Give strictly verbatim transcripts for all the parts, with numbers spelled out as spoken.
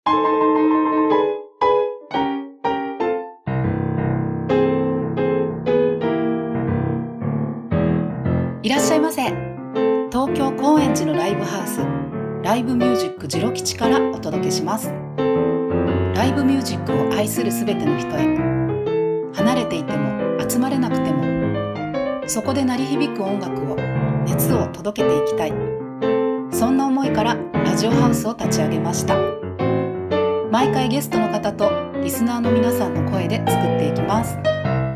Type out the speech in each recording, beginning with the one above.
いらっしゃいませ。東京高円寺のライブハウス、ライブミュージックジロ吉からお届けします。ライブミュージックを愛するすべての人へ、離れていても集まれなくても、そこで鳴り響く音楽を、熱を届けていきたい。そんな思いからラジオハウスを立ち上げました。毎回ゲストの方とリスナーの皆さんの声で作っていきます。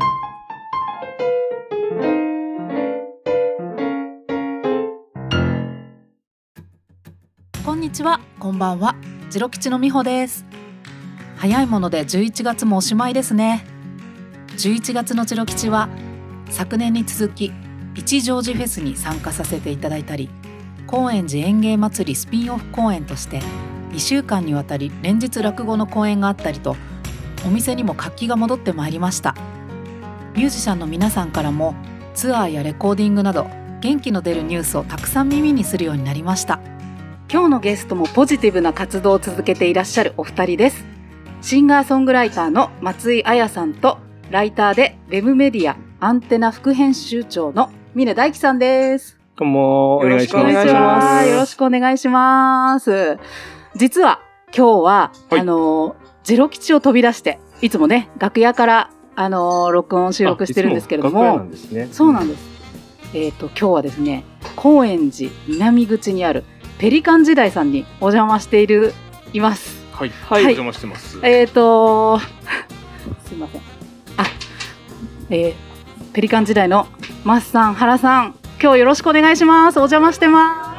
こんにちは、こんばんは。ジロ吉の美穂です。早いものでじゅういちがつもおしまいですね。じゅういちがつのジロ吉は昨年に続き一乗寺フェスに参加させていただいたり、高円寺演芸祭りスピンオフ公演としてにしゅうかんにわたり連日落語の公演があったりと、お店にも活気が戻ってまいりました。ミュージシャンの皆さんからもツアーやレコーディングなど元気の出るニュースをたくさん耳にするようになりました。今日のゲストもポジティブな活動を続けていらっしゃるお二人です。シンガーソングライターの松井彩さんと、ライターでウェブメディアアンテナ副編集長の峰大樹さんです。 どうもお願いします。 よろしくお願いします。実は今日は、はい、あのジロ吉を飛び出して、いつもね楽屋からあの録音収録してるんですけれども、 なんですね、 そうなんです。うん、えっと今日はですね、高円寺南口にあるペリカン時代さんにお邪魔しているいます。 はい、はい、お邪魔してます。 えっとすいません。あ、えー、ペリカン時代のマスさん、原さん、今日よろしくお願いします。お邪魔してます。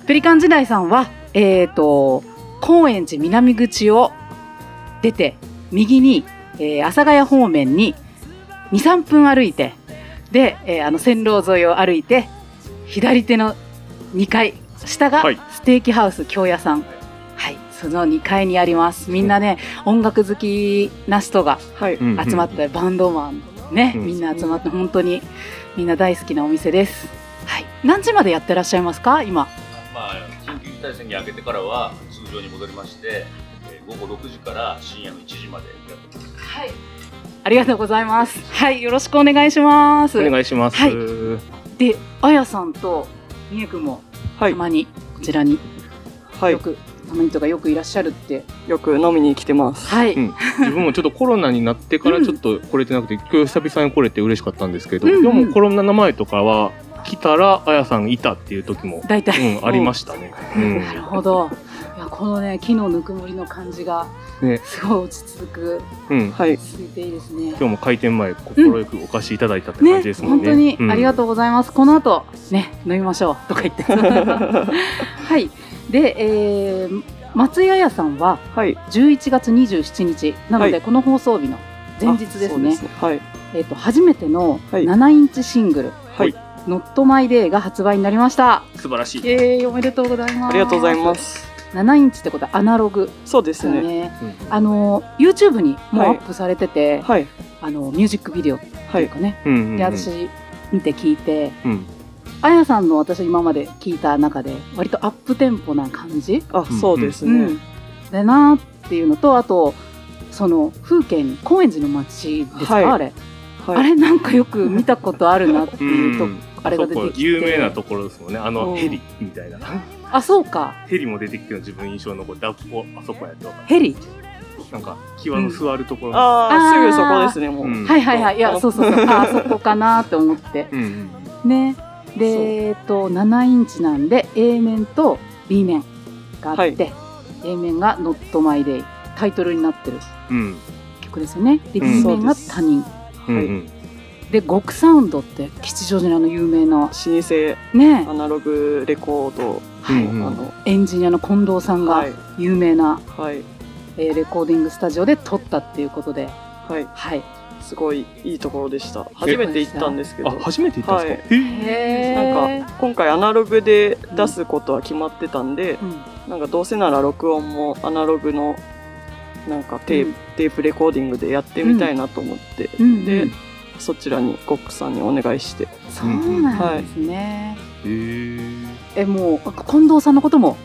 ペリカン時代さんはえっと高円寺南口を出て右に、えー、阿佐ヶ谷方面にに、さんぷん歩いて、で、えー、あの線路沿いを歩いて左手のにかい、下がステーキハウス京屋さん、はい、そのにかいにあります。みんなね、うん、音楽好きな人が集まって、はい、バンドマンね、うん、みんな集まって、本当にみんな大好きなお店です。はい、何時までやってらっしゃいますか今？ まあ、緊急事態宣言明けてからは通常に戻りまして、えー、ごごろくじから深夜のいちじまでやってます。 はい、ありがとうございます。はい、よろしくお願いします。 お願いします。はい、 で、あやさんとみえくんもたまにこちらに、はい、よくたまにとかよくいらっしゃるって。 よく飲みに来てます。 はい、 うん、自分もちょっとコロナになってからちょっと来れてなくて、うん、今日久々に来れて嬉しかったんですけど、うんうん、でもコロナの前とかは来たらあやさんいたっていう時も大体、 うん、ありましたね。 うん、なるほど。いや、このね木のぬくもりの感じがすごい落ち着く、 うん、 はい、落ち着いていいですね。 今日も開店前心よくお貸しいただいたって感じですもんね。 ね、本当にありがとうございます。うん、この後ね飲みましょうとか言ってはい。で、えー、松井彩さんはじゅういちがつにじゅうしちにち、なので、はい、この放送日の前日ですね。ですね、はい、えっと初めてのななインチシングル、はい、Not My Day が発売になりました。 素晴らしい。 えー、おめでとうございます。 ありがとうございます。 ななインチってことはアナログ、 そうですね。 うん、あの YouTube にもアップされてて、はい、あのミュージックビデオっていうかね、はい、で私見て聞いて、うん、あやさんの私今まで聞いた中で割とアップテンポな感じ、 あ、そうですね、うん、 だなっていうのと、あとその風景に高円寺の街ですか、はい、あれ、はい、あれなんかよく見たことあるなっていうと、うん、あれが出てきて有名なところですもんね、あのヘリみたいな。 あ、そうか。 ヘリも出てきてる自分印象に残って、あそこあそこやと。 ヘリ？ なんか際の座るところ、うん、 ああ、すぐそこですね、もう。うん、 はいはいはい、いや、そうそうそう、あそこかなって思って。うん、ね、で、えっとななインチなんで A 面と B 面があって、はい、A 面が Not My Day、 タイトルになってる曲ですよね。で、B 面が他人。 うん、はい。うんで、極サウンドって吉祥寺の有名な老舗、 ね、 アナログレコード、 はい、あのエンジニアの近藤さんが有名な、はい、えー、レコーディングスタジオで撮ったっていうことで、 はい、はい、すごいいいところでした。初めて行ったんですけど。 あ、初めて行ったんですか？ はい、へー。なんか今回アナログで出すことは決まってたんで、うん、なんかどうせなら録音もアナログのなんかテープ、うん、テープレコーディングでやってみたいなと思って、うん、で、うん、そちらにゴックさんにお願いして。 そうなんですね。 はい、へえ、もう近藤さんのことも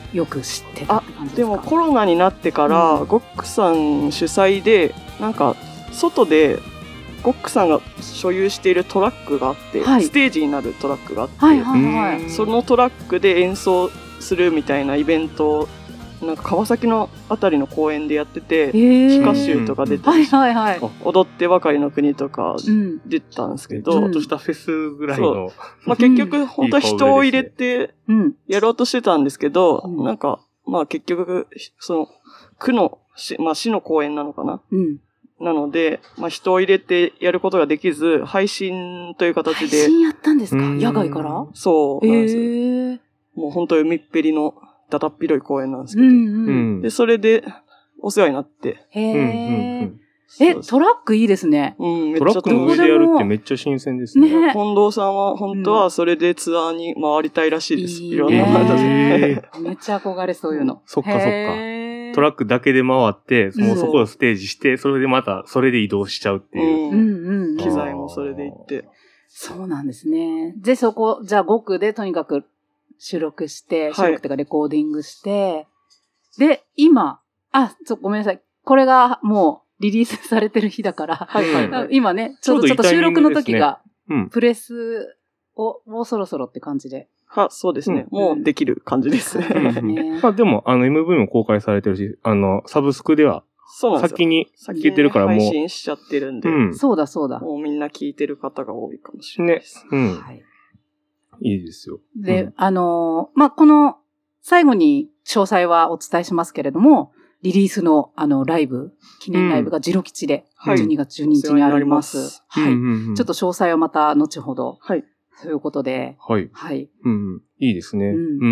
よく知ってたって感じですか？ でもコロナになってから、うん、ゴックさん主催でなんか外でゴックさんが所有しているトラックがあって、はい、ステージになるトラックがあって、はいはいはい、そのトラックで演奏するみたいなイベントをなんか川崎のあたりの公園でやってて、ヒカシュとか出て、はいはいはい、踊ってばかりの国とか出たんですけど、 ちょっとしたフェスぐらいの、 まあ、結局本当は人を入れてやろうとしてたんですけど、うん、なんかまあ結局その区の、まあ、市の公園なのかな、うん、なので、まあ、人を入れてやることができず配信という形で配信やったんですか？野外から？ そうなんですよ、えー、もう本当に海っぺりのだだっ広い公園なんですけど、うんうん、でそれでお世話になって、へー、うんうんうん、 えトラックいいですね。 うん、めっちゃトラックの上でやるってめっちゃ新鮮ですね。 ね、近藤さんは本当はそれでツアーに回りたいらしいです。うん、いろんな形で。 めっちゃ憧れそういうの。 そっかそっか。トラックだけで回って、もうそこをステージして、それでまたそれで移動しちゃうっていう。うんうん、機材もそれで行って。 そうなんですね。でそこじゃあごくでとにかく収録して、収録っていうかレコーディングして、はい、で、今、あ、ちょ、ごめんなさい。これがもうリリースされてる日だから、はいはいはい、今ね、ちょうどちょっと収録の時が、プレスを、もうそろそろって感じで。 は、そうですね。うん、もうできる感じですね。 まあでも、あの、エムブイ も公開されてるし、あの、サブスクでは、先に聞いてるからもう。 配信しちゃってるんで、 うん。そうだそうだ。 もうみんな聞いてる方が多いかもしれないです。 ね。うん。はい。いいですよ。 で、うん、あのー、まあ、この、最後に詳細はお伝えしますけれども、リリースの、あの、ライブ、記念ライブがジロ吉で、じゅうにがつじゅうににちにあります。はい。はい、うんうんうん。ちょっと詳細はまた後ほど。はい。ということで。 はい。はい。うん。いいですね。うん。うん、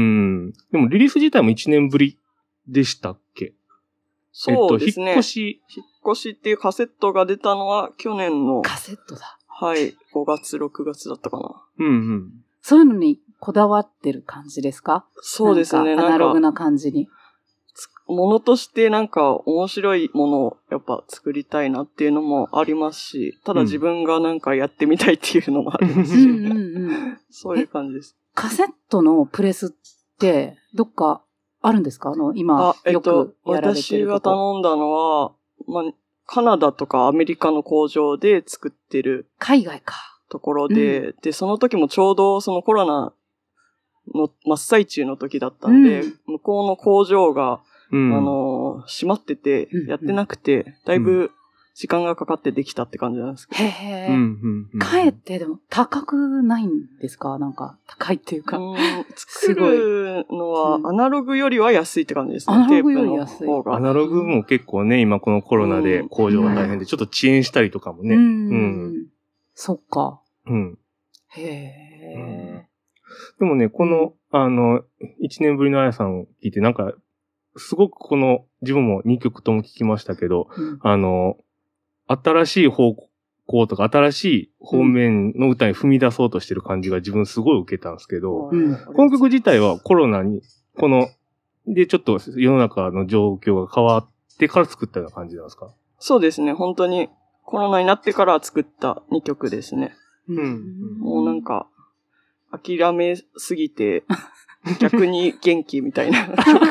でも、リリース自体もいちねんぶりでしたっけ？ そうですね。 えっと、引っ越し。 引っ越しっていうカセットが出たのは去年の。 カセットだ。 はい。ごがつ、ろくがつだったかな。 うんうん。 そういうのにこだわってる感じですか？ そうですね。 なんかアナログな感じに。 ものとしてなんか面白いものをやっぱ作りたいなっていうのもありますし、ただ自分がなんかやってみたいっていうのもありますし、うんうんうん、そういう感じです。 カセットのプレスってどっかあるんですか？あの今よくやられてること。 私が頼んだのは、まあ、カナダとかアメリカの工場で作ってる海外かところで、うん、でその時もちょうどそのコロナの真っ最中の時だったんで、うん、向こうの工場がうん、あの、閉まってて、やってなくて、うん、だいぶ時間がかかってできたって感じなんですけど。 へぇー。かえってでも高くないんですか？なんか高いっていうか。うん、 作るのはアナログよりは安いって感じですね。 アナログより安い。 テープの方が。アナログも結構ね、今このコロナで工場が大変で、ちょっと遅延したりとかもね。うん。うん、 そっか。 うん。 へぇー。でもね、この、あの、一年ぶりのあやさんを聞いて、なんか、すごくこの、自分もにきょくとも聞きましたけど、うん、あの、新しい方向とか新しい方面の歌に踏み出そうとしてる感じが自分すごい受けたんですけど、うん、この曲自体はコロナに、この、でちょっと世の中の状況が変わってから作ったような感じなんですか？ そうですね。本当にコロナになってから作ったにきょくですね。うん。もうなんか、諦めすぎて、逆に元気みたいな。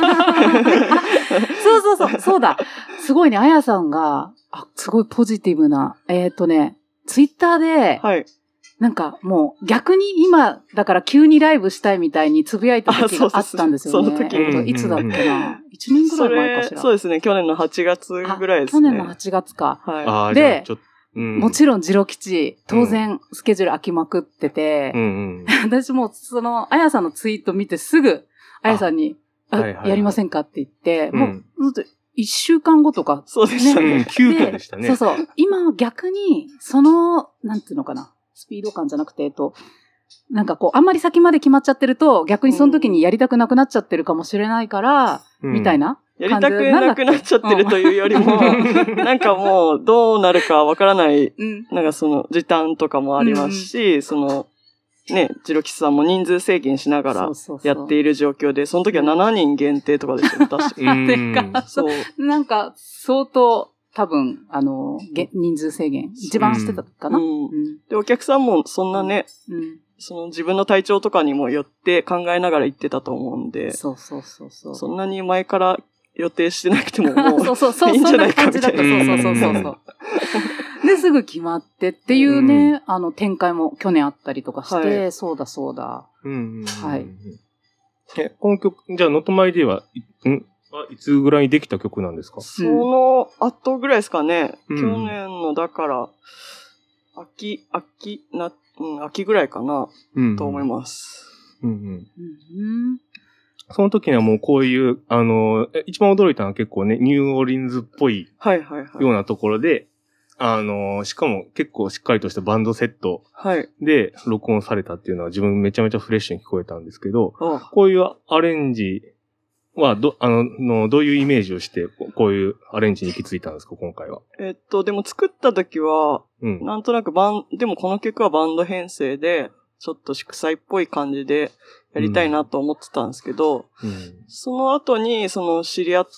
そうそうそう、そうだ。すごいね、あやさんが、あ、すごいポジティブな、えっとね、ツイッターで、はい。なんかもう逆に今、だから急にライブしたいみたいにつぶやいた時があったんですよね。 その時。 いつだっけな。いちねんぐらい前かしら。 そうですね、去年のはちがつぐらいですね。 去年のはちがつか。 はい。 で、うん、もちろんジロ吉、当然スケジュール空きまくってて、うんうん、私もその、あやさんのツイート見てすぐ、あやさんに、あ、はいはいはい、やりませんかって言って、うん、もう、一週間後とか、ね。 そうでしたね。 急遽でしたね。 そうそう。今は逆に、その、なんていうのかな、スピード感じゃなくて、えっと、なんかこう、あんまり先まで決まっちゃってると、逆にその時にやりたくなくなっちゃってるかもしれないから、うん、みたいな。 やりたくなくなっちゃってるというよりも、なんかもうどうなるかわからない、うん、なんかその時短とかもありますし、うん、その、ね、ジロキスさんも人数制限しながらやっている状況で、その時はしちにん限定とかでしたね、確かに。そう。なんか相当多分、あの、人数制限、一番してたかな、うんうん。で、お客さんもそんなね、うん、 その自分の体調とかにもよって考えながら行ってたと思うんで、 そうそうそうそう。 そんなに前から予定してなくてももうそうそうそう、 いいんじゃないかそんな感じだった。そうそうそうそうそう。で、すぐ決まってっていうね、うん、あの、展開も去年あったりとかして、はい、そうだそうだ。 うんうん、 はい。 え、この曲、じゃあ、ノットマイデーは、んいつぐらいにできた曲なんですか？ その後ぐらいですかね。うん、去年の、だから、秋、秋、な、うん、秋ぐらいかな、うん、と思います。 うんうんうん、その時にはもうこういう、あの、一番驚いたのは結構ね、ニューオーリンズっぽいようなところで、はいはいはい、あの、しかも結構しっかりとしたバンドセットで録音されたっていうのは自分めちゃめちゃフレッシュに聞こえたんですけど、こういうアレンジはど、あの、どういうイメージをしてこういうアレンジに行き着いたんですか、今回は。 えっと、でも作った時は、うん、なんとなくバン、でもこの曲はバンド編成で、ちょっと祝祭っぽい感じでやりたいなと思ってたんですけど、うんうん、その後にその知り合った、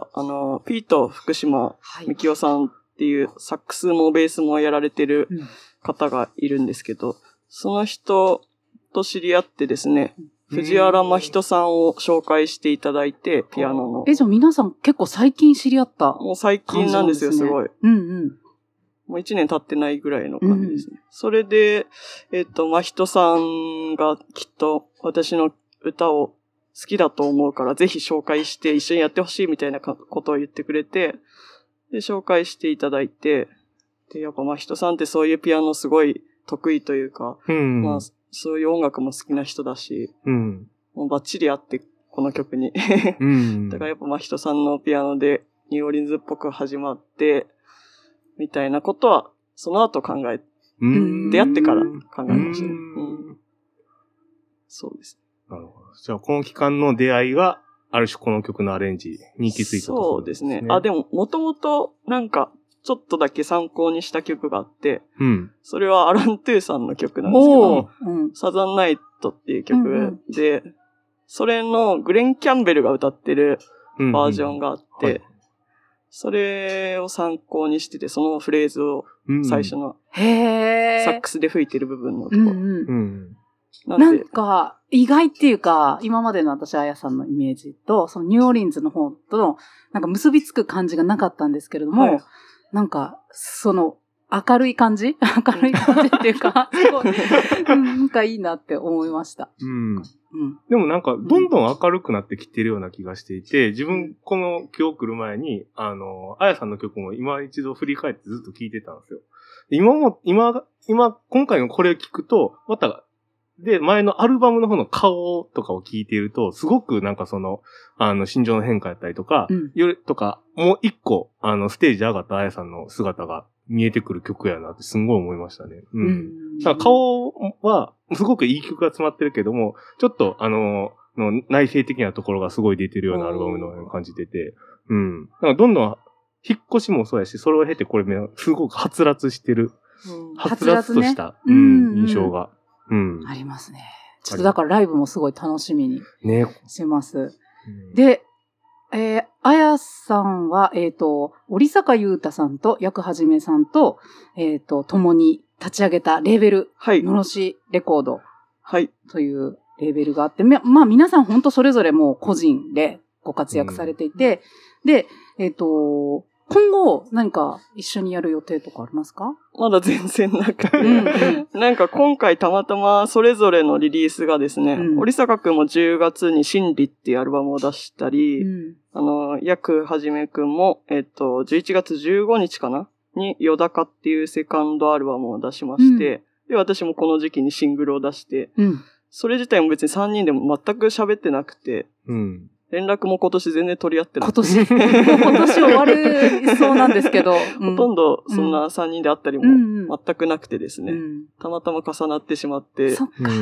あの、ピート福島みきおさんっていうサックスもベースもやられてる方がいるんですけど、うん、その人と知り合ってですね、藤原真人さんを紹介していただいて、ピアノの。 え、じゃあ皆さん結構最近知り合った、 もう最近なんですよ、すごい。 うんうん。 もう一年経ってないぐらいの感じですね。うん、それで、えっと、真人さんがきっと私の歌を好きだと思うから、ぜひ紹介して一緒にやってほしいみたいなことを言ってくれて、で、紹介していただいて、で、やっぱ真人さんってそういうピアノすごい得意というか、うん、まあ、そういう音楽も好きな人だし、うん、もうバッチリ合って、この曲に。うん、だからやっぱ真人さんのピアノでニューオーリンズっぽく始まって、みたいなことは、その後考え、出会ってから考えましたね。うん、そうです。 なるほど。じゃあ、この期間の出会いが、ある種この曲のアレンジに行き着いたところ、ね。 そうですね。あ、でも、もともと、なんか、ちょっとだけ参考にした曲があって、うん、それはアラン・トゥーさんの曲なんですけど、うん、サザンナイトっていう曲で、うんうん、それのグレン・キャンベルが歌ってるバージョンがあって、うんうんはい、それを参考にしてて、そのフレーズを最初のサックスで吹いてる部分のところ。うんうんなん, なんか、意外っていうか、今までの私、あやさんのイメージと、そのニューオーリンズの方との、なんか結びつく感じがなかったんですけれども、はい、なんか、その、明るい感じ明るい感じっていうか、すごい、なんかいいなって思いました。 うん。うん、でもなんか、どんどん明るくなってきてるような気がしていて、自分、この今日来る前に、あの、あやさんの曲も今一度振り返ってずっと聴いてたんですよ。今も、今、今、今回のこれを聞くと、また、で、前のアルバムの方の顔とかを聞いていると、すごくなんかその、あの、心情の変化やったりとか、うん、よりとか、もう一個、あの、ステージ上がったあやさんの姿が見えてくる曲やなってすんごい思いましたね。うん。うん、だから顔は、すごくいい曲が詰まってるけども、ちょっと、あの、の内省的なところがすごい出てるようなアルバムのように感じてて、うん。だからどんどん、引っ越しもそうやし、それを経てこれ、すごくはつらつしてる、うん、はつらつとした、ね、うん、印象が。うん。 ありますね。ちょっとだからライブもすごい楽しみにします。ねうん、で、えー、あやさんは、えっ、ー、と、織坂優太さんと薬はじめさんと、えっ、ー、と、共に立ち上げたレーベル、はい。のろしレコード。はい。というレーベルがあって、まあ皆さん本当それぞれもう個人でご活躍されていて、うん、で、えっ、ー、と、今後何か一緒にやる予定とかありますか？ まだ全然なくて、うんうん、なんか今回たまたまそれぞれのリリースがですね、うん、織坂くんもじゅうがつに真理っていうアルバムを出したり、うん、あの、薬はじめくんも、えっと、じゅういちがつじゅうごにちかなに、よだかっていうセカンドアルバムを出しまして、うん、で、私もこの時期にシングルを出して、うん、それ自体も別にさんにんでも全く喋ってなくて、うん連絡も今年全然取り合ってなくて。 今年今年終わるそうなんですけど。 うん、ほとんどそんなさんにんで会ったりも全くなくてですね。うん、たまたま重なってしまって。 そっか、 うん。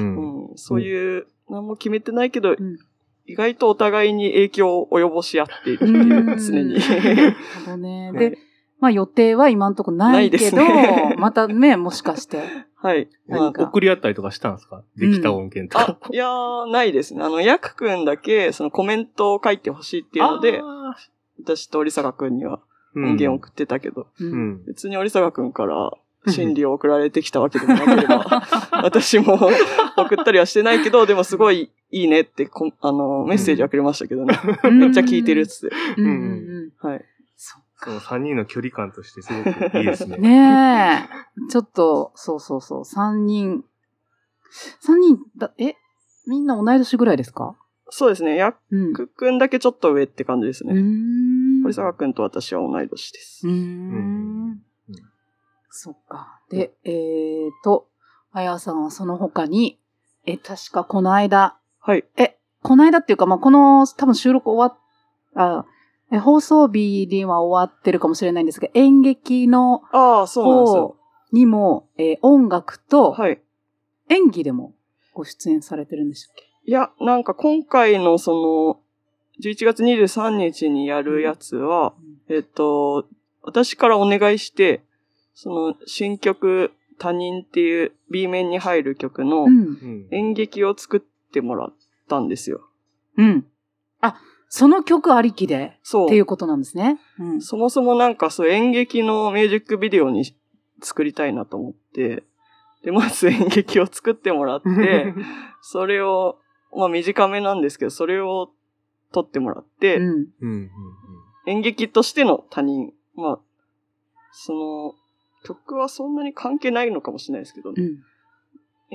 そういう、何も決めてないけど、うん、意外とお互いに影響を及ぼし合っているっていう、常に。 なるほどね。で、まあ予定は今んとこないけど、ね、またね、もしかして。 はい。 まあ、送り合ったりとかしたんですか？できた音源とか。 うん、あ、いやー、ないですね。あの、ヤクくんだけ、そのコメントを書いてほしいっていうので、私と織坂くんには音源を送ってたけど、うん、別に織坂くんから心理を送られてきたわけでもなければ、私も送ったりはしてないけど、でもすごいいいねってこ、あの、メッセージはくれましたけどね。めっちゃ聞いてるっつって。 うんうんうん、 はい。 そのさんにんの距離感としてすごくいいですね。 ねえ。ちょっと、そうそうそう、さんにん。さんにんだ、えみんな同い年ぐらいですか？ そうですね。ヤックくんだけちょっと上って感じですね。 うん。 堀坂くんと私は同い年です。 うーん。そっか。で、えーと、あやさんはその他に、え、確かこの間。 はい。 え、この間っていうか、まあ、この、多分収録終わっ、あ、え放送日には終わってるかもしれないんですが、演劇の方にも、えー、音楽と演技でもご出演されてるんでしたっけ？ いや、なんか今回のその、じゅういちがつにじゅうさんにちにやるやつは、うん、えっと、私からお願いして、その新曲他人っていう B 面に入る曲の演劇を作ってもらったんですよ。 うん。あ、その曲ありきでそうっていうことなんですね。 うん、そもそもなんかそう演劇のミュージックビデオに作りたいなと思って、で、まず演劇を作ってもらって、それを、まあ短めなんですけど、それを撮ってもらって、うんうんうん、演劇としての他人、まあ、その、曲はそんなに関係ないのかもしれないですけどね。うん、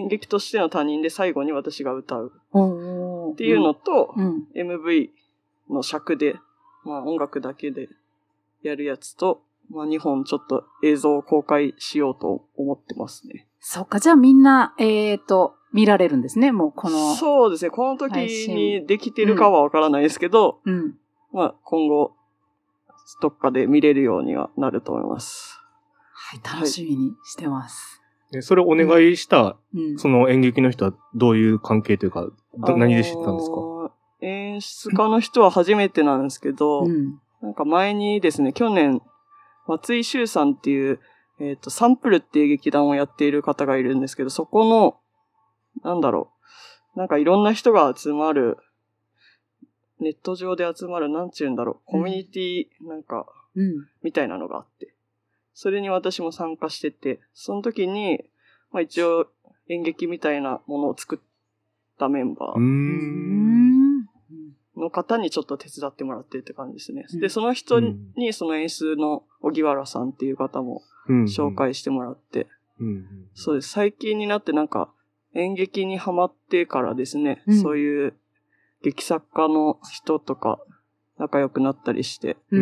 演劇としての他人で最後に私が歌う。っていうのと、うん、エムブイ の尺で、まあ音楽だけでやるやつと、まあにほんちょっと映像を公開しようと思ってますね。 そっか、じゃあみんな、えーと、見られるんですね、もうこの。 そうですね、この時にできてるかはわからないですけど、うん、まあ今後、どっかで見れるようにはなると思います。 はい、楽しみにしてます。 はい、それをお願いした、うん、その演劇の人はどういう関係というか、何で知ったんですか？ 演出家の人は初めてなんですけど、うん、なんか前にですね、去年、松井修さんっていう、えっと、サンプルっていう劇団をやっている方がいるんですけど、そこの、なんだろう、なんかいろんな人が集まる、ネット上で集まる、なんちゅうんだろう、コミュニティ、なんか、うん、みたいなのがあって、それに私も参加してて、その時に、まあ一応演劇みたいなものを作ったメンバーの方にちょっと手伝ってもらってるって感じですね。うん、で、その人にその演出の荻原さんっていう方も紹介してもらって、うんうん、そうです。最近になってなんか演劇にハマってからですね、うん、そういう劇作家の人とか仲良くなったりして、うん、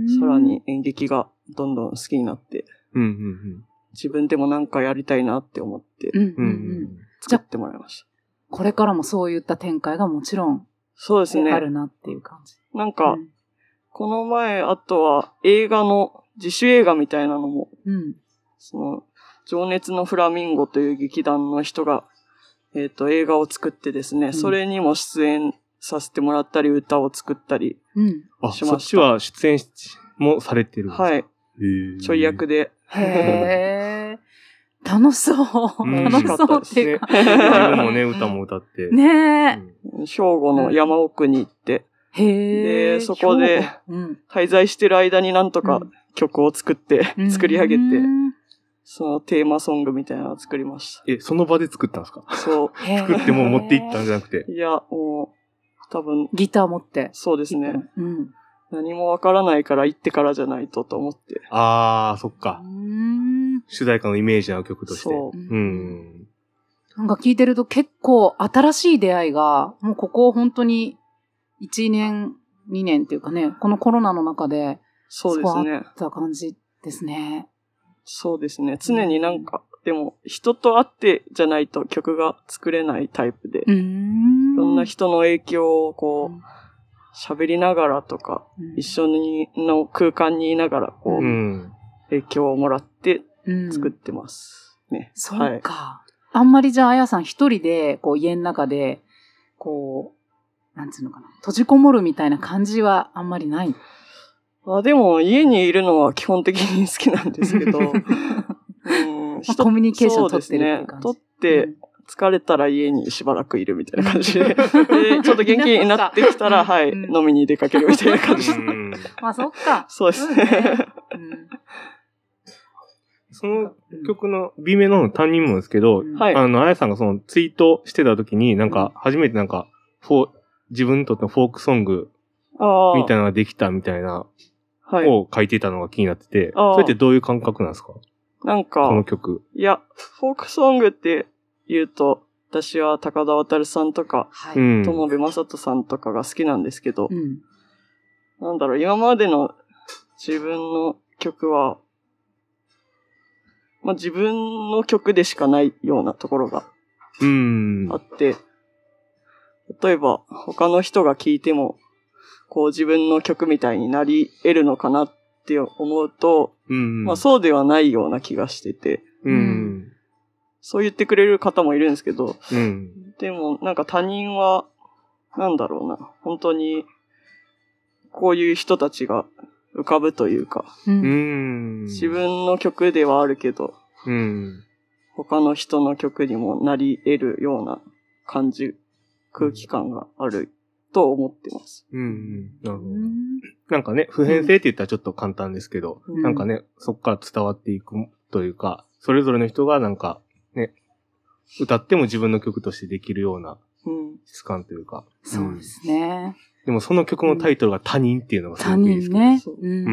さらに演劇がどんどん好きになって、うんうんうん、自分でもなんかやりたいなって思って、うんうんうん、作ってもらいました。 これからもそういった展開がもちろんそうですね。 あるなっていう感じ。 なんか、うん、この前、あとは映画の、自主映画みたいなのも、うん、その、情熱のフラミンゴという劇団の人が、えっと、映画を作ってですね、うん、それにも出演させてもらったり、歌を作ったりしました。 あ、そっちは出演もされてるんですか？ はい。ちょい役で。 へー。楽しそう。うん、楽しそうっていうか。 ね、自分もね、歌も歌って。 ねえ、うん。兵庫の山奥に行って、 へー。 で、そこで、滞在してる間になんとか曲を作って、うん、作り上げて、そのテーマソングみたいなのを作りました。 え、その場で作ったんですか？ そう。 作っても持って行ったんじゃなくて。 いや、もう、多分。 ギター持って。 そうですね。うん、何もわからないから行ってからじゃないとと思って。 あー、そっか。主題歌のイメージの曲として。そう。うん。 なんか聞いてると結構新しい出会いが、もうここ本当にいちねん、にねんっていうかね、このコロナの中で、 そうですね。 あった感じですね。 そうですね。常になんか、うん、でも人と会ってじゃないと曲が作れないタイプで、うーん、いろんな人の影響をこう、喋りながらとか、うん、一緒にの空間にいながらこう、うん、影響をもらって作ってますね。 うん、そうか。はい、あんまりじゃあ、あやさん一人でこう家の中で、こう、なんつうのかな、閉じこもるみたいな感じはあんまりない。 あ、でも家にいるのは基本的に好きなんですけど、うん、 まあ、コミュニケーション取ってるっていう感じ。 取って、疲れたら家にしばらくいるみたいな感じで、でちょっと元気になってきたら、はい、うん、飲みに出かけるみたいな感じで。 まあ、そっか。 そうですね。 その曲の B メロの担任もですけど、 はい。 あの、あやさんがそのツイートしてた時に、なんか、初めてなんか、フォー、自分にとってのフォークソングみたいなのができたみたいな、 はい。 を書いていたのが気になってて、それってどういう感覚なんですか？ なんか、 この曲。 いや、フォークソングって言うと、私は高田渡さんとか、 はい。 友部正人さんとかが好きなんですけど、 うん、 なんだろう、今までの自分の曲は、まあ、自分の曲でしかないようなところがあって、例えば他の人が聴いても、こう自分の曲みたいになり得るのかなって思うと、 うん、 まあそうではないような気がしてて、 うん、 そう言ってくれる方もいるんですけど、 うん、 でもなんか他人は、なんだろうな、本当にこういう人たちが浮かぶというか、 うん、 自分の曲ではあるけど、 うん、 他の人の曲にもなり得るような感じ、空気感があると思ってます。 うん、なるほど。なんかね、普遍性って言ったらちょっと簡単ですけど、うん、なんかね、そこから伝わっていくというか、それぞれの人がなんかね、歌っても自分の曲としてできるような質感というか。 うん、そうですね。 でもその曲のタイトルが他人っていうのがすごくいいですね。 他人ね。うん、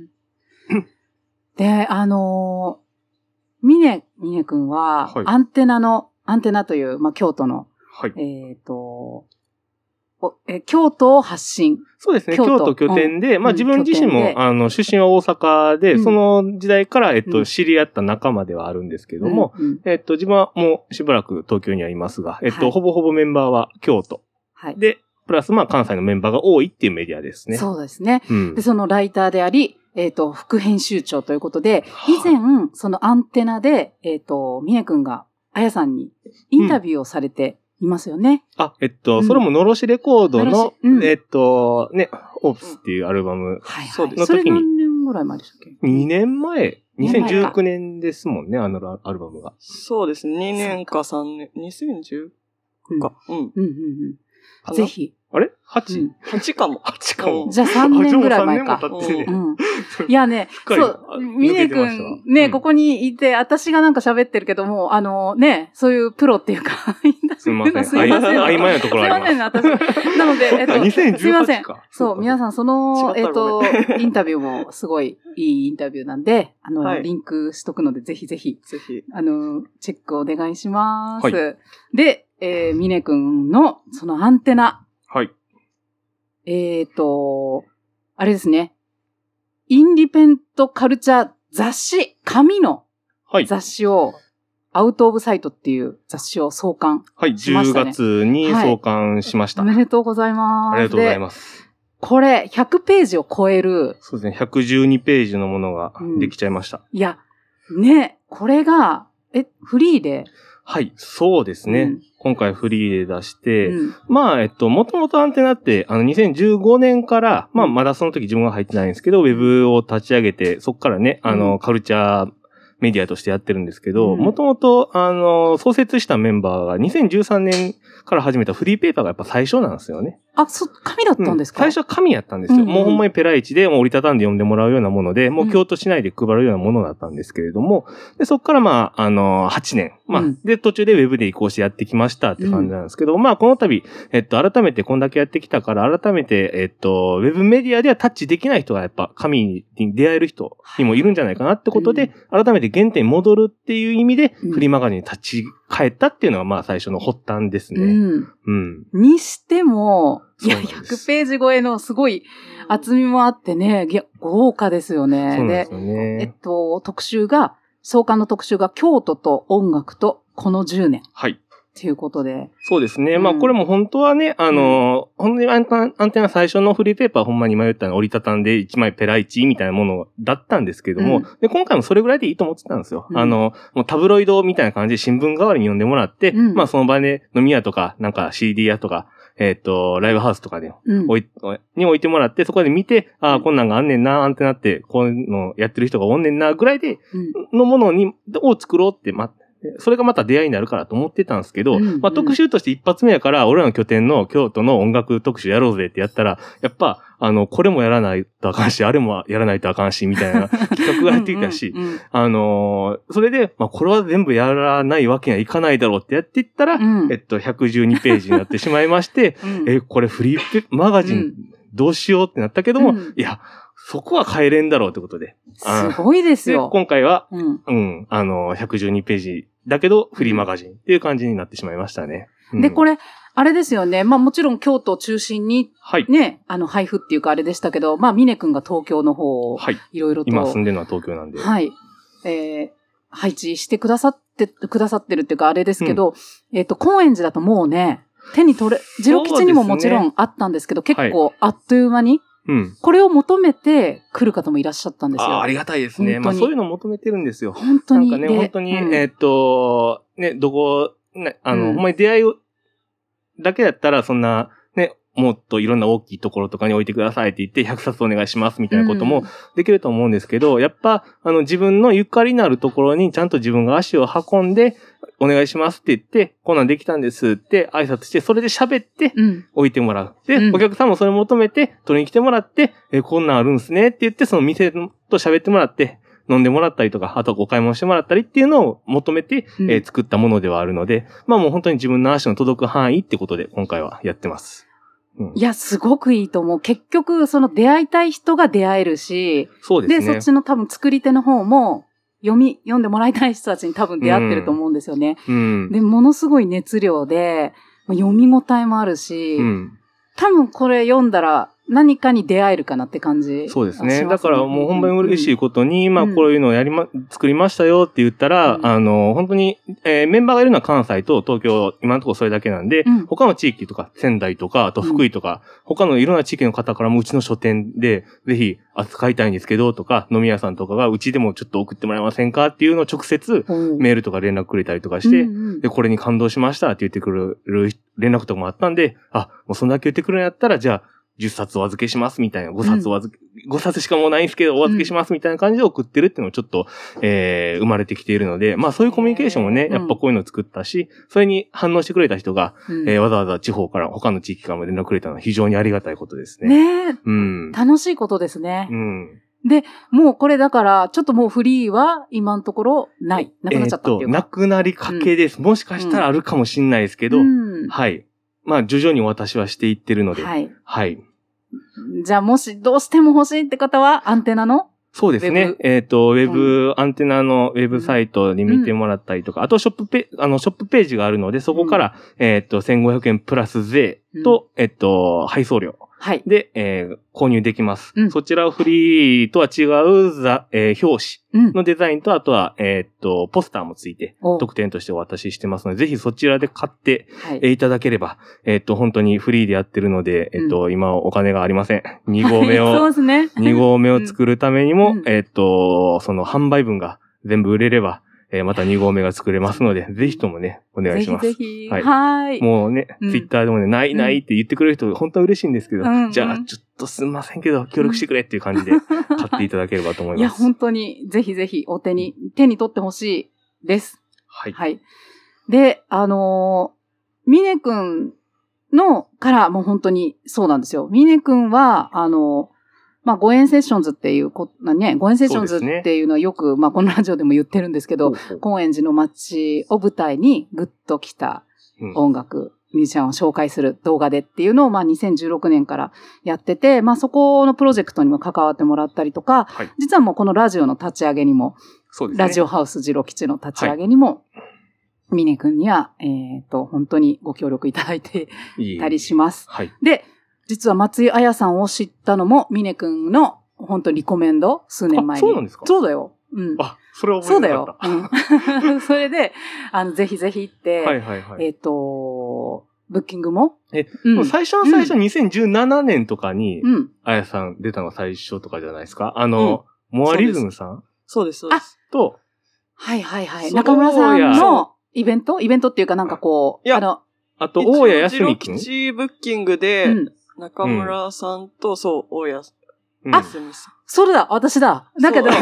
で、あのー、ミネ、ミネ君は、はい、アンテナの、アンテナという、まあ、京都の、 はい、 えっと、え、京都を発信。 そうですね。京都拠点で、うん、まあ自分自身も、あの、出身は大阪で、うん、その時代から、えっと、うん、知り合った仲間ではあるんですけども、うんうん、えっと、自分はもうしばらく東京にはいますが、えっと、はい、ほぼほぼメンバーは京都。はい。で、プラス、まあ関西のメンバーが多いっていうメディアですね。 そうですね。うん、で、そのライターであり、えっと、副編集長ということで、以前、はい、そのアンテナで、えっと、ミネ君が、あやさんにインタビューをされて、いますよね。 あ、えっと、うん、それものろしレコードの、うん、えっと、ね、オープスっていうアルバムの時に。はいはい、 それ何年ぐらい前でしたっけ？ にねんまえ。にせんじゅうきゅうねんですもんね、あのアルバムが。 そうですね。にねんかさんねん。にせんじゅうか。うん。うんうんうん。ぜひ。 あれ ?はち? うん、はちかも。 はちかも。 じゃあさんねんぐらい前か。 さんねんも経ってね。 うん、いやね、そう、ミネ君ね、うん、ここにいて、私がなんか喋ってるけども、あのね、そういうプロっていうか、 すみません。すみません。曖昧なところあります。 すみません、私。なので、えっと、 にせんじゅうはちか。すみません。 そう、皆さん、その、えっと、インタビューもすごいいいインタビューなんで、あの、はい、リンクしとくので、ぜひぜひ、 ぜひ、 あの、チェックお願いします。 はい、 で、えー、ミネ君の、そのアンテナ。 はい。 えっと、あれですね。インディペントカルチャー雑誌、紙の雑誌を、はい、アウトオブサイトっていう雑誌を創刊しましたね。 はい、じゅうがつに創刊しました。 はい、おめでとうございます。 ありがとうございます。 これ、ひゃくページを超える。 そうですね、ひゃくじゅうにページのものができちゃいました。 うん、いや、ね、これが、え、フリーではい、そうですね。うん、今回フリーで出して、うん、まあ、えっと、もともとアンテナって、あの、にせんじゅうごねんから、まあ、まだその時自分が入ってないんですけど、ウェブを立ち上げて、そこからね、あの、カルチャーメディアとしてやってるんですけど、もともと、あの、創設したメンバーがにせんじゅうさんねんから始めたフリーペーパーがやっぱ最初なんですよね。 あ、そ、紙だったんですか？ うん、最初は紙やったんですよ。うんうん、もうほんまにペライチで、もう折りたたんで読んでもらうようなもので、もう京都市内で配るようなものだったんですけれども、で、そこからまあ、あの、はちねん。まあ、うん、で、途中でウェブで移行してやってきましたって感じなんですけど、うん、まあ、この度、えっと、改めてこんだけやってきたから、改めて、えっと、ウェブメディアではタッチできない人がやっぱ紙に出会える人にもいるんじゃないかなってことで、うん、改めて原点に戻るっていう意味で、フリーマガジンに立ち返ったっていうのがまあ最初の発端ですね。うん。 うん、にしても、いや、ひゃくページ超えのすごい厚みもあってね、いや、豪華ですよね。 そうですよね。 で、えっと、特集が、創刊の特集が京都と音楽とこのじゅうねん。 はい。 ということで。 そうですね。うん、まあこれも本当はね、あの、うん、本当にアンアンテナ最初のフリーペーパーほんまに迷ったの折りたたんでいちまいペライチみたいなものだったんですけども、うん、で、今回もそれぐらいでいいと思ってたんですよ。うん、あの、もうタブロイドみたいな感じで新聞代わりに読んでもらって、うん、まあその場で飲み屋とか、なんか シーディー 屋とか、えっと、ライブハウスとかで置い、うん、に置いてもらって、そこで見て、ああ、こんなんがあんねんな、アンテナって、こういうのやってる人がおんねんな、ぐらいで、のものに、を作ろうって、ま、 それがまた出会いになるからと思ってたんですけど、 うんうん、 まあ、特集として一発目やから、俺らの拠点の京都の音楽特集やろうぜってやったら、やっぱ、あの、これもやらないとあかんし、あれもやらないとあかんし、みたいな企画がやってきたし、うんうんうん、あのー、それで、まあ、これは全部やらないわけにはいかないだろうってやっていったら、うん、えっと、ひゃくじゅうにページになってしまいまして、うん、え、これフリーペマガジンどうしようってなったけども、うん、いや、そこは変えれんだろうってことで。 すごいですよ。 で今回は、うん、うん、あの、ひゃくじゅうにページだけど、フリーマガジンっていう感じになってしまいましたね。 うん、で、これ、あれですよね。まあもちろん京都を中心に、はい。ね、あの、配布っていうかあれでしたけど、まあ、峰くんが東京の方を、はい。いろいろと。 今住んでるのは東京なんで。 はい。えー、配置してくださって、くださってるっていうかあれですけど、うん、えっと、高円寺だともうね、手に取れ、ジロ吉にももちろんあったんですけど、結構あっという間に、うん。これを求めて来る方もいらっしゃったんですよ。 ああ、ありがたいですね。まあそういうのを求めてるんですよ。 本当に。 なんかね、本当に、うん、えー、っと、ね、どこ、ね、あの、うん、ほんまに出会いだけだったら、そんな、ね、もっといろんな大きいところとかに置いてくださいって言って、ひゃくさつお願いしますみたいなこともできると思うんですけど、うん、やっぱ、あの、自分のゆかりのあるところにちゃんと自分が足を運んで、お願いしますって言って、こんなんできたんですって挨拶して、それで喋って置いてもらう。うん、で、お客さんもそれを求めて取りに来てもらって、え、こんなんあるんすねって言って、その店と喋ってもらって、飲んでもらったりとか、あとお買い物してもらったりっていうのを求めて、うん、えー、作ったものではあるので、まあもう本当に自分の足の届く範囲ってことで今回はやってます。 うん、いや、すごくいいと思う。結局、その出会いたい人が出会えるし、 そうですね。 で、そっちの多分作り手の方も、読み、読んでもらいたい人たちに多分出会ってると思うんですよね。うん、で、ものすごい熱量で、読み応えもあるし、うん、多分これ読んだら何かに出会えるかなって感じ、ね。 そうですね。だからもう本当に嬉しいことに、うん、まあこういうのをやりま、作りましたよって言ったら、うん、あの、本当に、えー、メンバーがいるのは関西と東京、今のところそれだけなんで、うん、他の地域とか仙台とか、あと福井とか、うん、他のいろんな地域の方からもうちの書店でぜひ扱いたいんですけどとか、飲み屋さんとかがうちでもちょっと送ってもらえませんかっていうのを直接メールとか連絡くれたりとかして、うんうん、で、これに感動しましたって言ってくる連絡とかもあったんで、あ、もうそんだけ言ってくるんやったら、じゃあ、じゅっさつお預けしますみたいな、ごさつお預け、うん、ごさつしかもうないんですけどお預けしますみたいな感じで送ってるっていうのをちょっと、えー、生まれてきているので、まあそういうコミュニケーションをね、やっぱこういうのを作ったし、それに反応してくれた人が、うん、えー、わざわざ地方から、他の地域からも連絡くれたのは非常にありがたいことですね。 ねえ。うん。楽しいことですね。 うん。 で、もうこれだから、ちょっともうフリーは今のところない。なくなっちゃったっていうか。 えー、なくなりかけです、うん。もしかしたらあるかもしれないですけど、うん、はい。まあ徐々に私はしていってるので、はい。はい。 じゃあもしどうしても欲しいって方はアンテナのそうですね。えっと、ウェブ、アンテナのウェブサイトに見てもらったりとか、うん、あとショップペ、あの、ショップページがあるので、そこから、うん、えっと、せんごひゃくえんプラス税と、うん、えっと、配送料。はい。で、えー、購入できます。うん、そちらをフリーとは違う、ざ、えー、表紙のデザインと、あとは、えー、っと、ポスターもついて、特典としてお渡ししてますので、ぜひそちらで買って、はい、えー、いただければ、えー、っと、本当にフリーでやってるので、えー、っと、うん、今お金がありません。に号目を、 そうですね。 に号目を作るためにも、うん、えー、っと、その販売分が全部売れれば、えー、またに号目が作れますので、ぜひともね、お願いします。 ぜひぜひ。 はい。 はいもうね、うん、ツイッターでもね、ないないって言ってくれる人、本当は嬉しいんですけど、うんうん、じゃあ、ちょっとすみませんけど、協力してくれっていう感じで、買っていただければと思います。いや、 本当に、ぜひぜひ、お手に、手に取ってほしいです。はい。はい。で、あのー、ミネ君の、からもう本当にそうなんですよ。ミネ君は、あのー、まあ、ご縁セッションズっていうこ、ね、ご縁セッションズっていうのはよく、ね、まあ、このラジオでも言ってるんですけど、高円寺の街を舞台にグッと来た音楽、うん、ミュージシャンを紹介する動画でっていうのを、まあ、にせんじゅうろくねんからやってて、まあ、そこのプロジェクトにも関わってもらったりとか、はい、実はもうこのラジオの立ち上げにも、そうですね、ラジオハウスジロ吉の立ち上げにも、はい、ミネ君には、えっと、本当にご協力いただいてたりします。いいはい、で、実は松井彩さんを知ったのも、ミネ君の本当にリコメンド、数年前に。 そうなんですか？ そうだよ。うん。 あ、それは覚えてなかった。 そうだよ。うん、それで、あの、ぜひぜひって、 はいはいはい、 えっ、ー、と、ブッキングもえ、うん、もう最初の最初、にせんじゅうななねんとかに、うん、彩さん出たのが最初とかじゃないですか？あの、うん、モアリズムさんそうです、そうです。 と、 はいはいはい。中村さんのイベントイベントっていうかなんかこう、 いや、 あの、 あと、大谷康美君。 ジロ吉ブッキングで、うん、中村さんと、そう、大谷うんあ、それだ、私だ。だけど、でも、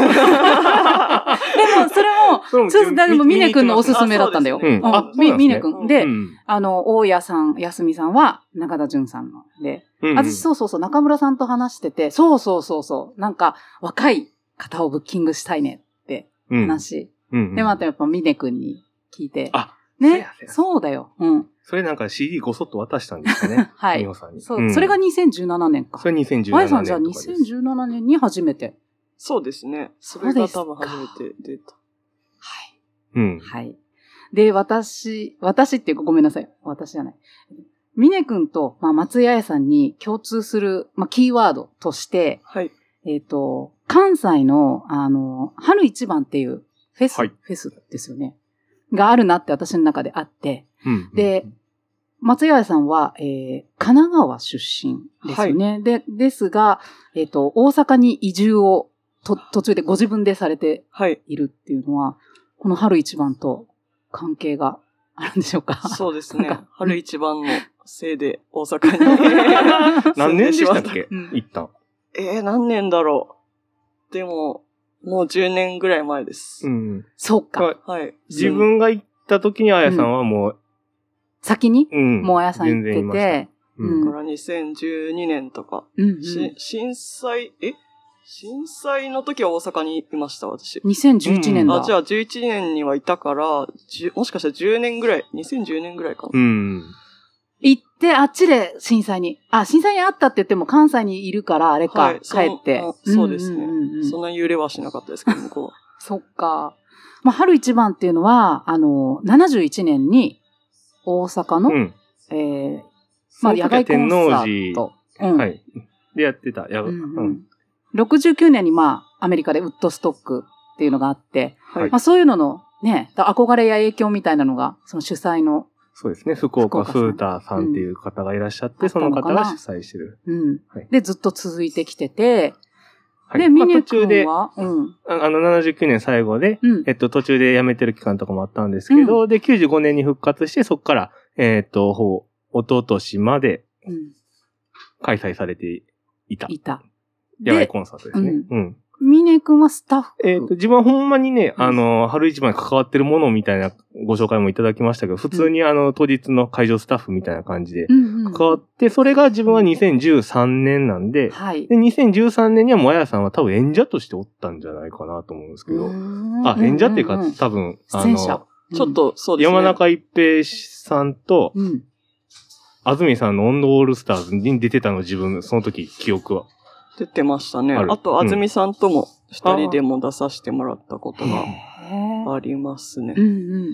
それも、 それもちょっと、でも、ミネ君のおすすめだったんだよ。 あそうですねうんあそうなんですねミネ君。で、 うんあの、大家さん、安美さんは、中田純さんの。で、 うん私、そうそうそう、中村さんと話してて、そうそうそうそう、なんか、若い方をブッキングしたいねってうん話。 うんで、またやっぱ、ミネ君に聞いて。 あ、そうやねそう、やそうだよ。うん。 それなんか シーディー ごそっと渡したんですかね。 はい美穂さんに。 そう、 んそれがにせんじゅうななねんか。 それにせんじゅうななねんあやさんじゃあとかです。 にせんじゅうななねんに初めて。 そうですね。それが多分初めて出た。 はい。 うん。 はい。で、私、私っていうかごめんなさい。私じゃない。ミネ君と、まあ、松井彩さんに共通する、まあ、キーワードとして、 はい。 えっ、と、関西の、あの、春一番っていうフェス、 はいフェスですよね。があるなって私の中であって、 うん。 で、松井彩さんは、えー、神奈川出身ですよね。で、ですが、えっ、と、大阪に移住をと途中でご自分でされてはい。 いるっていうのは、この春一番と関係があるんでしょうか？ そうですねなんか。 春一番のせいで大阪に。 何年でしたっけうん一旦。 えー、何年だろう。でも、もうじゅうねんぐらい前です。 うん。 そうか。 はいはい。 自分が行った時にあやさんはもう、 先に、 うん。 もうあやさん行って全然いましたて、 うんだからにせんじゅうにねんとか、 うんうんし震災、え震災の時は大阪にいました、私。 にせんじゅういちねんだ。 あ、じゃあじゅういちねんにはいたから、じゅもしかしたらじゅうねんぐらい、にせんじゅうねんぐらいかな。 うん。 行って、あっちで震災に。あ、震災にあったって言っても関西にいるから、あれか、 はい帰ってそのあ。そうですねんんうんそんな揺れはしなかったですけど、向こうは。 そっか。まあ、春一番っていうのは、あの、ななじゅういちねんに大阪の、 うん。 えー、 そまあ、野の時は天外コンサ王寺、 ート。うんはい。でやってた。やうんううんん。 ろくじゅうきゅうねんに、まあ、アメリカでウッドストックっていうのがあって、 はいまあ、そういうののね、憧れや影響みたいなのが、その主催の、 そうですね。福岡福岡さんフーターさんっていう方がいらっしゃって、 うんその方あったのかなが主催してる。 うん。 はいで、ずっと続いてきてて、で、 はいまあミネ途中で君、は、うん。 ああの、ななじゅうきゅうねん最後で、 うん。 えっと、途中で辞めてる期間とかもあったんですけど、で、きゅうじゅうごねんに復活して、そこから、えっと、ほう、一昨年までうん。 開催されていた。 いた。 野外コンサートですね。 ううん。 ミネ君はスタッフ。 えっと、自分はほんまにね、 うんあの、春一番に関わってるものみたいなご紹介もいただきましたけど、普通にあの、当日の会場スタッフみたいな感じでうんうん。 関わって、それが自分はにせんじゅうさんねんなんで、 はい。 で、にせんじゅうさんねんにはもやさんは多分演者としておったんじゃないかなと思うんですけど、あ、演者っていうかんんん多分、あ出演者の、。 ちょっと、そうですね。 山中一平さんと、 うん。うん。 安住さんのオンドオールスターズに出てたの自分、その時記憶は。 出てましたね。 あるあと、 うん安住さんとも二人でも出させてもらったことがへーありますねう。んうん。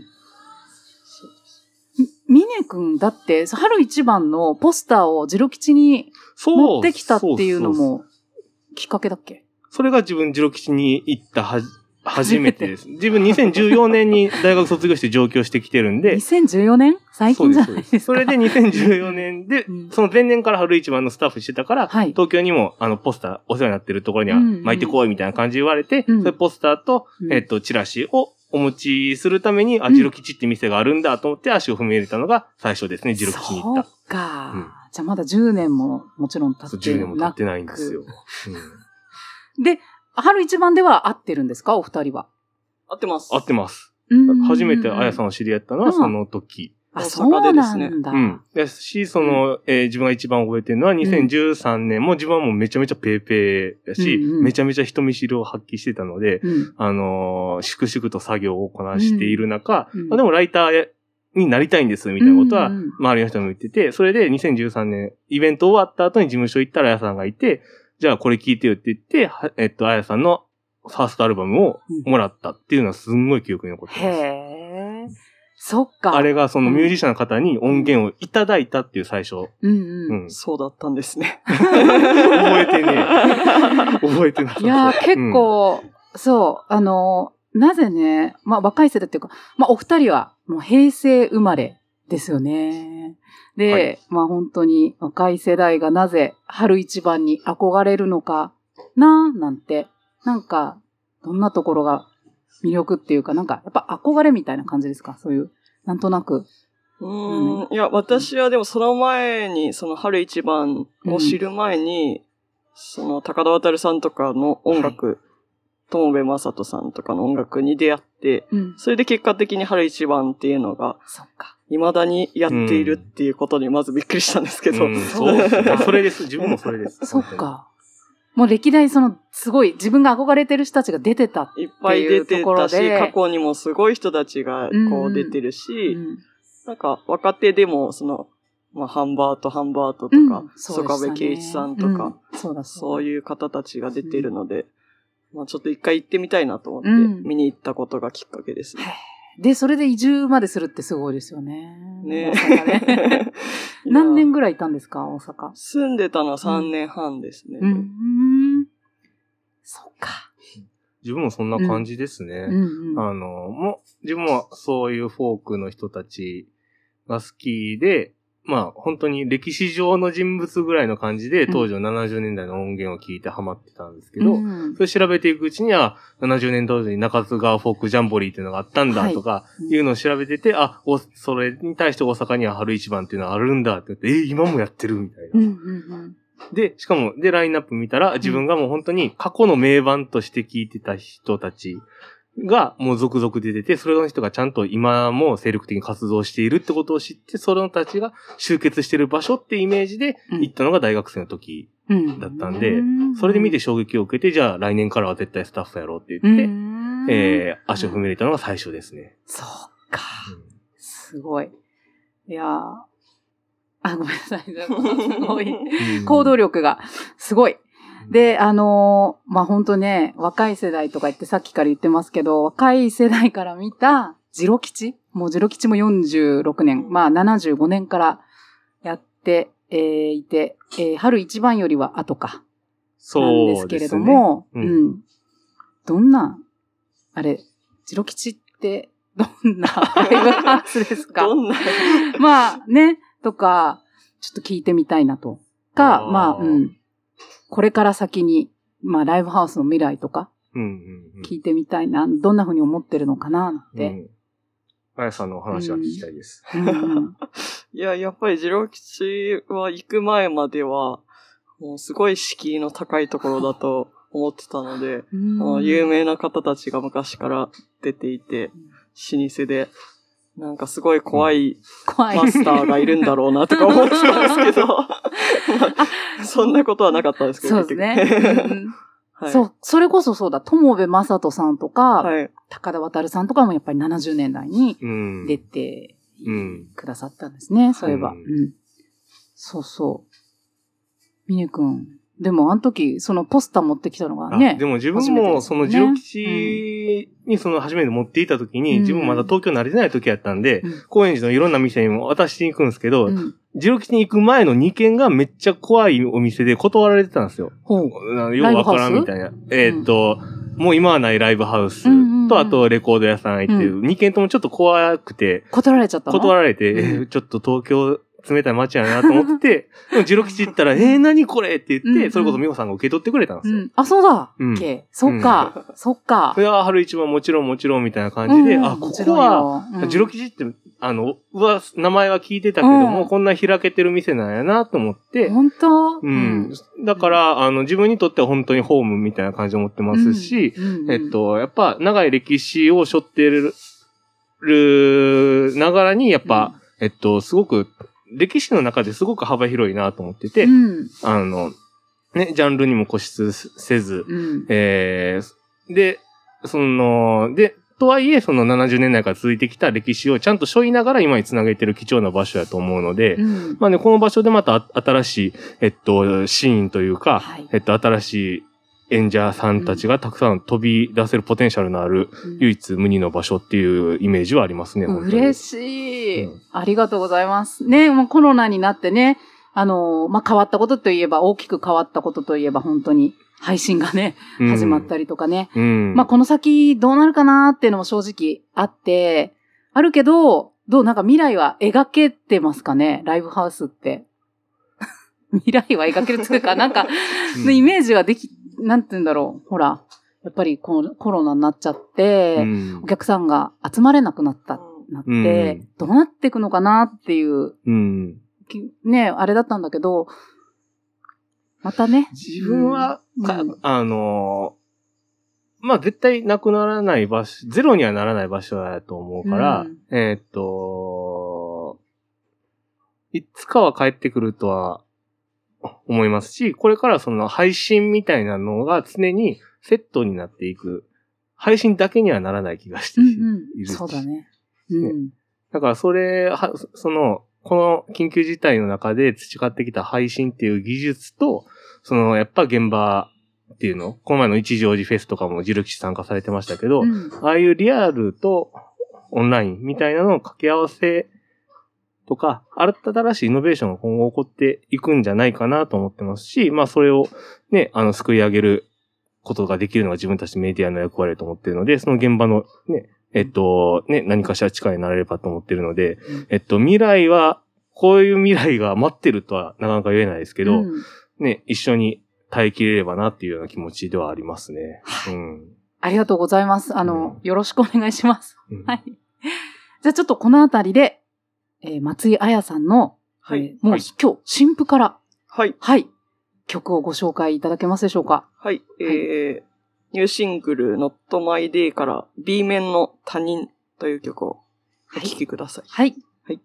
みミネ君、だって、春一番のポスターをジロ吉にそう。 持ってきたっていうのそそも、きっかけだっけ？ それが自分、ジロ吉に行ったはじ、初めてです。自分にせんじゅうよねんに大学卒業して上京してきてるんでに、せんじゅうよねん最近じゃないですか。 それでにせんじゅうよねんで、 うんその前年から春一番のスタッフしてたから、 はい東京にもあのポスター、お世話になってるところにはうんうん巻いてこいみたいな感じで言われて、 うんそれポスターと、 うんえっと、チラシをお持ちするために、あ、 うんジロ吉って店があるんだと思って足を踏み入れたのが最初ですね、ジロ吉に行った。 そうか。 うんじゃあまだじゅうねんももちろん経そうってじゅうねんも経ってないんですよ。うんで、春一番では会ってるんですかお二人は。 合ってます。 合ってます。 うん初めてあやさんを知り合ったのはうんその時。 あ、 大そう阪でですねなんだ。 うん。ですし、その、えー自分が一番覚えてるのはにせんじゅうさんねん、もう自分はもうめちゃめちゃペーペーだし、 うんうんめちゃめちゃ人見知りを発揮してたので、 うん。 あのー粛々と作業をこなしている中、 うんうんまあでもライターになりたいんです、みたいなことはうんうん周りの人も言ってて、それでにせんじゅうさんねん、イベント終わった後に事務所行ったらあやさんがいて、じゃあこれ聞いてよって言って、はえっと、あやさんのファーストアルバムをもらったっていうのはすんごい記憶に残ってます。 へー。そっか。 あれがそのミュージシャンの方に音源をいただいたっていう最初。 うんううん。 ん。 そうだったんですね。 覚えてねえ。覚えてなさそう。 いやー、結構、そう、あの、なぜね、まあ若い世代っていうか、まあお二人はもう平成生まれですよね。で、 はいまあ本当に若い世代がなぜ春一番に憧れるのかなーなんて、なんか、どんなところが魅力っていうか、なんかやっぱ憧れみたいな感じですかそういう、なんとなく。 うーん。いや、私はでもその前に、その春一番を知る前に、 その高田渡さんとかの音楽、友部正人さんとかの音楽に出会って、うん、それで結果的に春一番っていうのが、未だにやっているっていうことにまずびっくりしたんですけど。うんうん、 そうですね。それです。自分もそれです。 そっか。もう歴代その、すごい自分が憧れてる人たちが出てたっていうところで。いっぱい出てたし、 過去にもすごい人たちがこう出てるし、うんうん、なんか若手でもその、まあ、ハンバート、ハンバートとか、うん、曽我部圭一さんとか、うん、そうだそう、そういう方たちが出てるので、うん、まあ、ちょっと一回行ってみたいなと思って、見に行ったことがきっかけですね。 うん、で、それで移住までするってすごいですよね。ねえ。何年ぐらいいたんですか、大阪。 住んでたのはさんねんはんですね。 うん。うん、そっか。 自分もそんな感じですね。うんうん、あの、もう、自分はそういうフォークの人たちが好きで、まあ、本当に歴史上の人物ぐらいの感じで、当時のななじゅうねんだいの音源を聞いてハマってたんですけど、うん、それ調べていくうちには、ななじゅうねん当時に中津川フォークジャンボリーっていうのがあったんだとか、いうのを調べてて、はい、あ、お、それに対して大阪には春一番っていうのはあるんだって言って、え、今もやってるみたいな。うんうんうん、で、しかも、で、ラインナップ見たら、自分がもう本当に過去の名盤として聞いてた人たちがもう続々出てて、それの人がちゃんと今も精力的に活動しているってことを知って、それのたちが集結してる場所ってイメージで行ったのが大学生の時だったんで、うん、それで見て衝撃を受けて、じゃあ来年からは絶対スタッフやろうって言って、うん、えー、足を踏み入れたのが最初ですね。 そうか。うん、すごい。いやー、あ、ごめんなさい。すごい。行動力がすごい。で、あのー、まあ、ほんとね、若い世代とか言ってさっきから言ってますけど、若い世代から見たジロ吉、もうジロ吉もよんじゅうろくねん、まあ、ななじゅうごねんからやって、えー、いて、えー、春一番よりは後か。なんですけれども、う、ね、うん、うん。どんな、あれ、ジロ吉ってどんなライブハウスですか？ どんなまあ、ね、とか、ちょっと聞いてみたいなと。か、あまあ、うん。これから先に、まあ、ライブハウスの未来とか、聞いてみたいな、うんうんうん、どんな風に思ってるのかなって。うん。 あやさんのお話は聞きたいです。 うん、いや、やっぱりジロ吉は行く前までは、もうすごい敷居の高いところだと思ってたので、うん、有名な方たちが昔から出ていて、老舗で、なんかすごい怖いマスターがいるんだろうなとか思ってたんですけど、まあ、そんなことはなかったんですけど。 そうですね。うんはい、そう、それこそそうだ、友部正人さんとか、はい、高田渡さんとかもやっぱりななじゅうねんだいに出てくださったんですね、うん、そういえば、うんうん。そうそう。峰くん。でもあの時、そのポスター持ってきたのがね。 でも自分もそのジロ吉にその初めて持っていた時に、うん、自分まだ東京慣れてない時やったんで、うん、高円寺のいろんな店にも渡していくんですけど、うん、ジロ吉に行く前のにけんがめっちゃ怖いお店で断られてたんですよ。ほう。ようわからんみたいな。えー、っと、うん、もう今はないライブハウスと、うんうんうん、あとレコード屋さん行って、うん、にけんともちょっと怖くて。 断られちゃったの？ 断られて、うんえー、ちょっと東京、冷たい街やなと思って、でもジロ吉行ったら、えー、何これって言って、うんうん、それこそ美穂さんが受け取ってくれたんですよ。うん、 あ、そうだ、うん、そっか、うん、そっか。 それは春一番もちろんもちろんみたいな感じで、うん、あ、ここは、うん、ジロ吉って、あの、は、名前は聞いてたけども、うん、こんな開けてる店なんやなと思って。 本当？ うん。だから、あの、自分にとっては本当にホームみたいな感じで思ってますし、うんうんうん、えっと、やっぱ、長い歴史を背負ってる、る、ながらに、やっぱ、うん、えっと、すごく、歴史の中ですごく幅広いなと思ってて、うん、あの、ね、ジャンルにも固執せず、うん、えー、で、その、で、とはいえ、そのななじゅうねんだいから続いてきた歴史をちゃんと背負いながら今につなげてる貴重な場所やと思うので、うん、まあね、この場所でまた新しい、えっと、シーンというか、はい、えっと、新しい演者さんたちがたくさん飛び出せるポテンシャルのある唯一無二の場所っていうイメージはありますね。 うん、嬉しい、うん。ありがとうございます。ね、もうコロナになってね、あの、まあ、変わったことといえば、大きく変わったことといえば本当に配信がね、始まったりとかね。うん、まあ、この先どうなるかなっていうのも正直あって、あるけど、どうなんか未来は描けてますかね、ライブハウスって。未来は描けるというか、なんか、うん、イメージはでき、なんて言うんだろう。ほら、やっぱりこのコロナになっちゃって、うん、お客さんが集まれなくなった、なって、うん、どうなっていくのかなっていう、うん、ね、あれだったんだけど、 またね。 自分は、かうん、 あのー、まあ、絶対なくならない場所、ゼロにはならない場所だと思うから、うん、えー、っと、いつかは帰ってくるとは思いますし、これからその配信みたいなのが常にセットになっていく。配信だけにはならない気がしている、うんうん。 そうだね。うん。 ね、だからそれ、は、その、この緊急事態の中で培ってきた配信っていう技術と、その、やっぱ現場っていうの、この前の一乗寺フェスとかもジルキシ参加されてましたけど、うん、ああいうリアルとオンラインみたいなのを掛け合わせとか、新しいイノベーションが今後起こっていくんじゃないかなと思ってますし、まあそれをね、あの、救い上げることができるのが自分たちメディアの役割だと思っているので、その現場のね、えっと、ね、何かしら力になれればと思っているので、うん、えっと、未来は、こういう未来が待ってるとはなかなか言えないですけど、うん、ね、一緒に耐えきれればなっていうような気持ちではありますね。 はい。 うん、 ありがとうございます。あの、うん、よろしくお願いします。 うん、 はい。じゃあちょっとこのあたりで、えー、松井彩さんの、はい、えー、もう、はい、今日、新譜から、 はい。 はい。曲をご紹介いただけますでしょうか。 はい。はい、えー、ニューシングル Not My Day から B 面の他人という曲をお聴きください。 はい。 はい。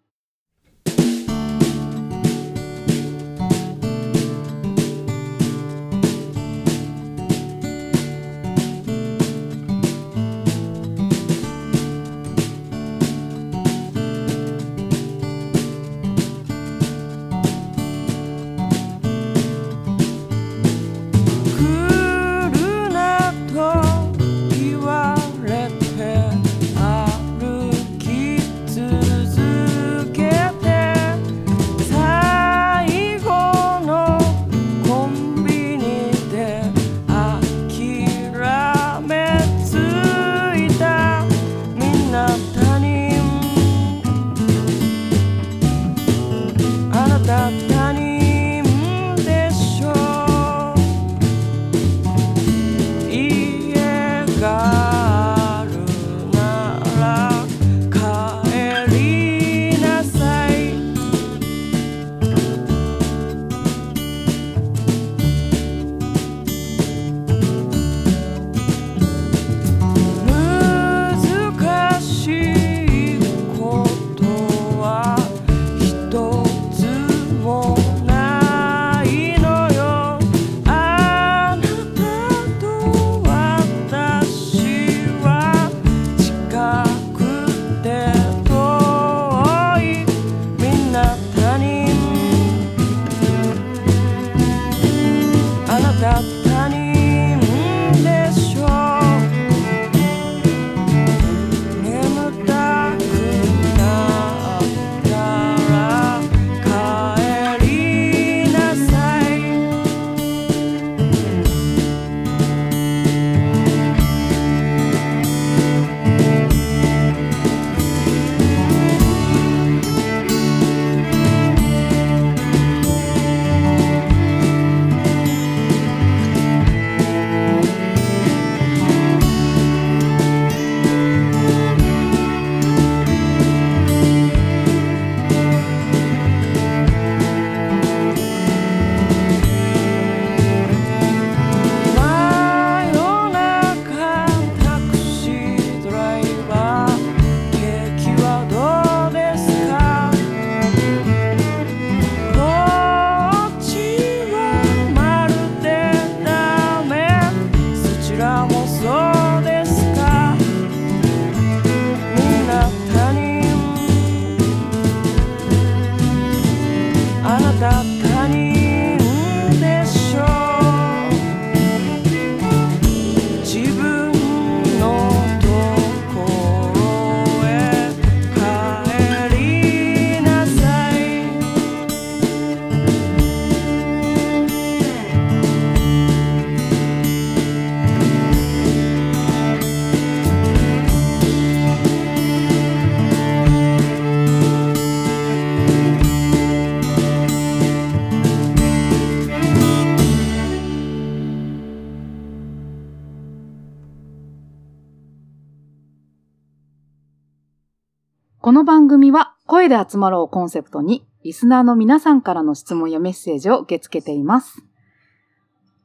この番組は声で集まろうコンセプトにリスナーの皆さんからの質問やメッセージを受け付けています。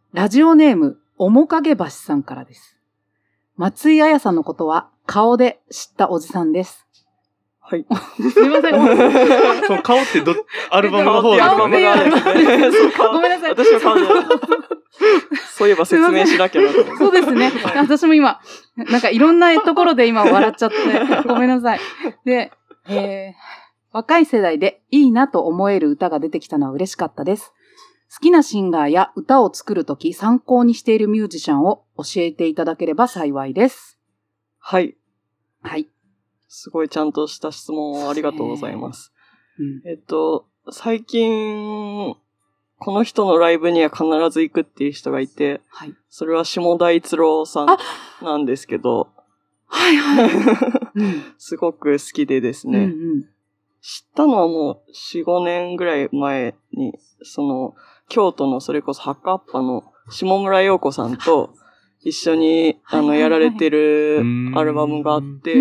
ラジオネーム、面影橋さんからです。松井彩さんのことは顔で知ったおじさんです。 はい。 すみません。 その顔ってど、アルバムの方ですよね。 ごめんなさい。 私の顔じゃない。そういえば説明しなきゃなと思って。 そうですね。私も今、なんかいろんなところで今笑っちゃって、ごめんなさい。で、えー、若い世代でいいなと思える歌が出てきたのは嬉しかったです。好きなシンガーや歌を作るとき参考にしているミュージシャンを教えていただければ幸いです。 はい。 はい。 すごいちゃんとした質問をありがとうございます。 うん、 えっと、最近、この人のライブには必ず行くっていう人がいて、はい、それは下田一郎さんなんですけど、 はいはい、 うん、すごく好きでですね、 うんうん、 知ったのはもうよん、ごねんぐらい前に、その、京都のそれこそハッカッパの下村陽子さんと、一緒に、あの、やられてるアルバムがあって、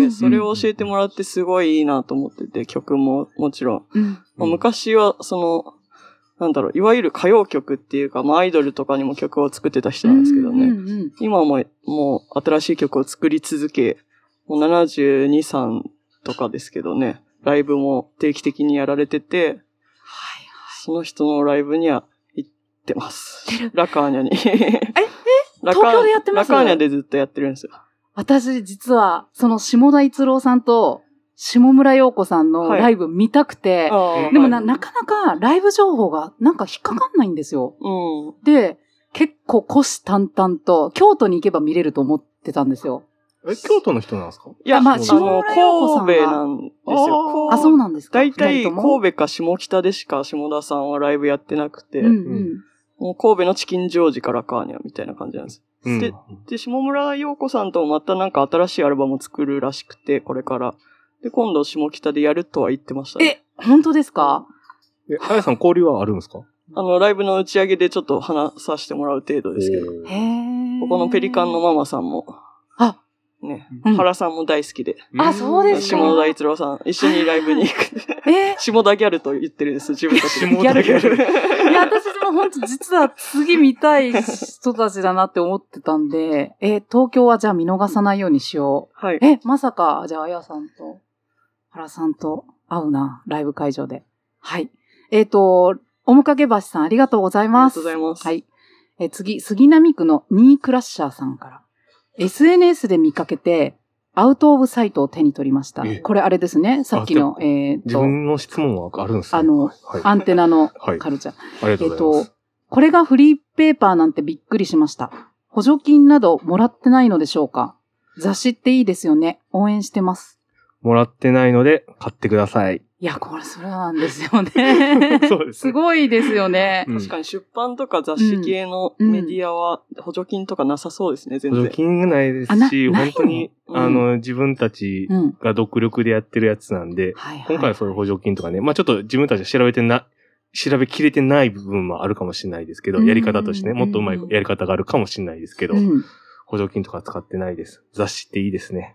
それを教えてもらってすごいいいなと思ってて、曲ももちろん。 うんまあ、昔は、その、なんだろう、いわゆる歌謡曲っていうか、まあアイドルとかにも曲を作ってた人なんですけどね。 うんうんうん、 今も、もう新しい曲を作り続け、もうななじゅうに、さんとかですけどね、ライブも定期的にやられてて、はいはい、その人のライブには行ってます。ラカーニャに。ええ東京でやってます？ ラカーニャでずっとやってるんですよ。 私、実は、その下田一郎さんと下村陽子さんのライブ見たくて、はい、でもな、なかなかライブ情報がなんか引っかかんないんですよ。 うん、 で、結構虎視眈々と、京都に行けば見れると思ってたんですよ。 え、京都の人なんですか？ いや、 まあ、 下村陽子さんが神戸なんですよ。 あ、そうなんですか。 大体神戸か下北でしか下田さんはライブやってなくて、 うんうんもう神戸のチキンジョージからカーニャみたいな感じなんです。うん、で、で、下村陽子さんとまたなんか新しいアルバムを作るらしくて、これから。で、今度下北でやるとは言ってましたね。 え、本当ですか？ え、あやさん交流はあるんですか？ あの、ライブの打ち上げでちょっと話させてもらう程度ですけど。 へー。 ここのペリカンのママさんも。 あ、 ね、うん、原さんも大好きで。 あ、そうですか。 下田一郎さん、一緒にライブに行く。 えー、 下田ギャルと言ってるんです、自分たち。 下田ギャル。いや、私も本当実は次見たい人たちだなって思ってたんで、えー、東京はじゃあ見逃さないようにしよう。はい。 え、まさか、じゃあ、あやさんと、原さんと会うな、ライブ会場で。はい。えっ、ー、と、おむかげ橋さんありがとうございます。 ありがとうございます。 はい。えー、次、杉並区のニークラッシャーさんから。エスエヌエス で見かけて、アウトオブサイトを手に取りました。これあれですね。さっきの、えー、自分の質問はあるんですね。 あの、はい、アンテナのカルチャー。 はい、ありがとうございます。えっ、ー、と、 これがフリーペーパーなんてびっくりしました。補助金などもらってないのでしょうか？雑誌っていいですよね。応援してます。 もらってないので買ってください。 いや、これそれなんですよね。 そうですね。 すごいですよね、 うん。確かに出版とか雑誌系のメディアは補助金とかなさそうですね、全然。 補助金がないですし、本当に、あの、自分たちが独力でやってるやつなんで、うん、今回はそういう補助金とかね、まあちょっと自分たちが調べてな、調べきれてない部分もあるかもしれないですけど、やり方としてね、もっとうまいやり方があるかもしれないですけど、うん、補助金とか使ってないです。雑誌っていいですね。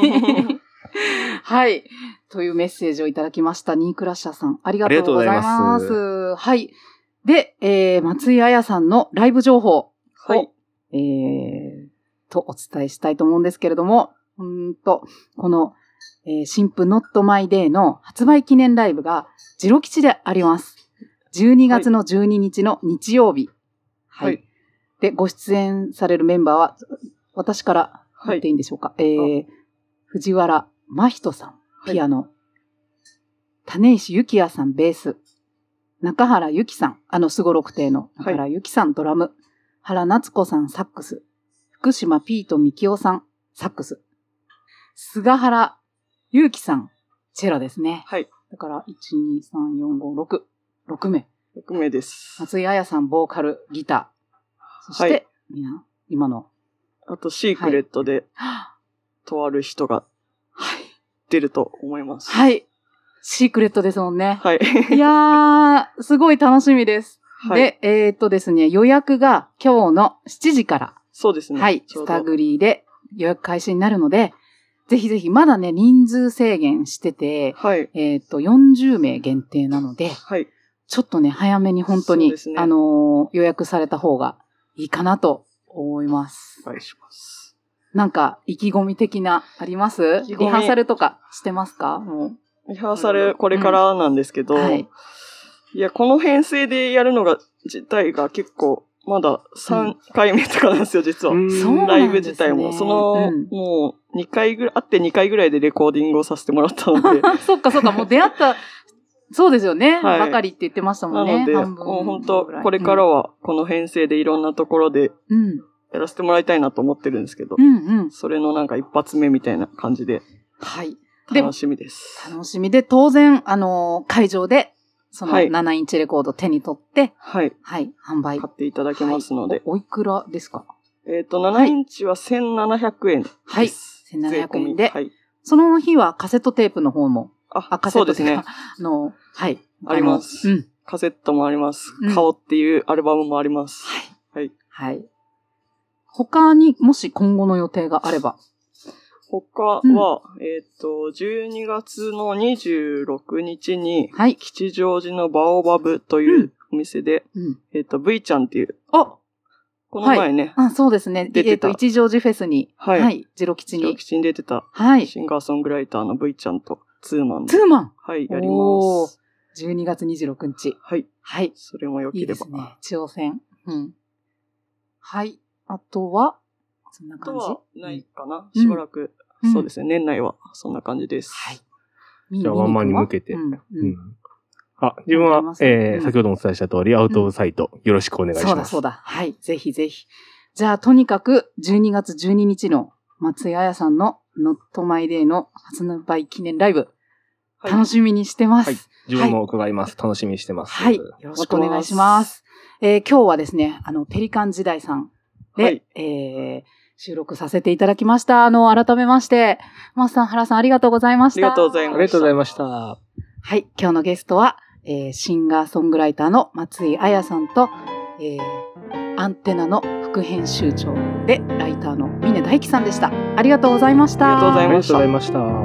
はい。というメッセージをいただきました。ニークラッシャーさん。ありがとうございます。はい。で、えー、松井彩さんのライブ情報を、 はい。 えー、とお伝えしたいと思うんですけれども、うんと、この、えー、新婦 Not My Day の発売記念ライブが、ジロ吉であります。じゅうにがつのじゅうににちの日曜日。はい。はい、で、ご出演されるメンバーは、私から言っていいんでしょうか。はい、えー、藤原真人さん、ピアノ。はい、種石幸也さん、ベース。中原由紀さん、あの、すごろく亭の中原由紀さん、ドラム。原夏子さん、サックス。福島ピートみきおさん、サックス。菅原祐希さん、チェロですね。 はい。 だから、いち、に、さん、よん、ご、ろく。ろくめい。 ろくめいです。 松井彩さん、ボーカル、ギター。そして、はい、みな、今の。 あと、シークレットで、はい、とある人が、はい。出ると思います。 はい。シークレットですもんね。 はい。 いやー、すごい楽しみです。はい、で、えー、っとですね、予約が今日のしちじから。 そうですね。 はい。スタグリーで予約開始になるので、ぜひぜひ、まだね、人数制限してて、 はい。 えー、っと、よんじゅうめい限定なので、 はい。 ちょっとね、早めに本当に、ね、あのー、予約された方がいいかなと思います。 お願いします。 なんか、意気込み的な、あります？リハーサルとかしてますか？もう。 リハーサル、これからなんですけど、うんはい、いや、この編成でやるのが、自体が結構、まださんかいめとかなんですよ、実は。ライブ自体も。その、うん、もう、にかいぐらい、会ってにかいぐらいでレコーディングをさせてもらったので。 そっかそっか、もう出会った、そうですよね。はい、ばかりって言ってましたもんね。 なので、もう本当、これからは、この編成でいろんなところで、やらせてもらいたいなと思ってるんですけど、うんうん、それのなんか一発目みたいな感じで。 はい。 楽しみです。 楽しみで、当然、あの、会場で、そのななインチレコード手に取って、 はい。 はい、販売。 買っていただけますので。はい、 お, おいくらですか？ えっ、ー、と、ななインチはせんななひゃくえんです。 はい。せんななひゃくえんで。はい。その日はカセットテープの方も。 あ、あカセットですね。 あの、はい。 あります。うん。カセットもあります。うん、顔っていうアルバムもあります。 はい。はい。はい。他にもし今後の予定があれば。 他は、うん、えっ、ー、と、じゅうにがつのにじゅうろくにちに、はい、吉祥寺のバオバブというお店で、うん、えっ、ー、と、V ちゃんっていう、 あこの前ね、 はい、あそうですね、えっ、ー、と、一祥寺フェスに、はい、はい、ジロ吉に。 ジロ吉に出てた、はい、シンガーソングライターの V ちゃんとツーマンで。 ツーマンはい、やります。 じゅうにがつにじゅうろくにち。 はい。 はい。 それも良ければ。いいですね、地方戦。うん。はい。あとは、そんな感じ？ あとはないかな、うん、しばらく。うん、そうですね。年内はそんな感じです。はい。 じゃあワンマンに向けて。うんうん、あ、自分は、えーうん、先ほどもお伝えした通り、アウトオブサイト、よろしくお願いします。 そうだそうだ。はい。ぜひぜひ。じゃあ、とにかく、じゅうにがつじゅうににちの松井彩さんの Not My Day の発売記念ライブ、はい、楽しみにしてます。はい。 自分も伺います、はい。楽しみにしてます。 はい。よろしくお願いします。えー、今日はですね、あの、ペリカン時代さんで、はい、えー、収録させていただきました。あの、改めまして、マスさん、原さん、ありがとうございました。 ありがとうございました。 ありがとうございました。 はい、今日のゲストは、えー、シンガーソングライターの松井彩さんと、えー、アンテナの副編集長でライターの峰大樹さんでした。ありがとうございました。 ありがとうございました。 ありがとうございました。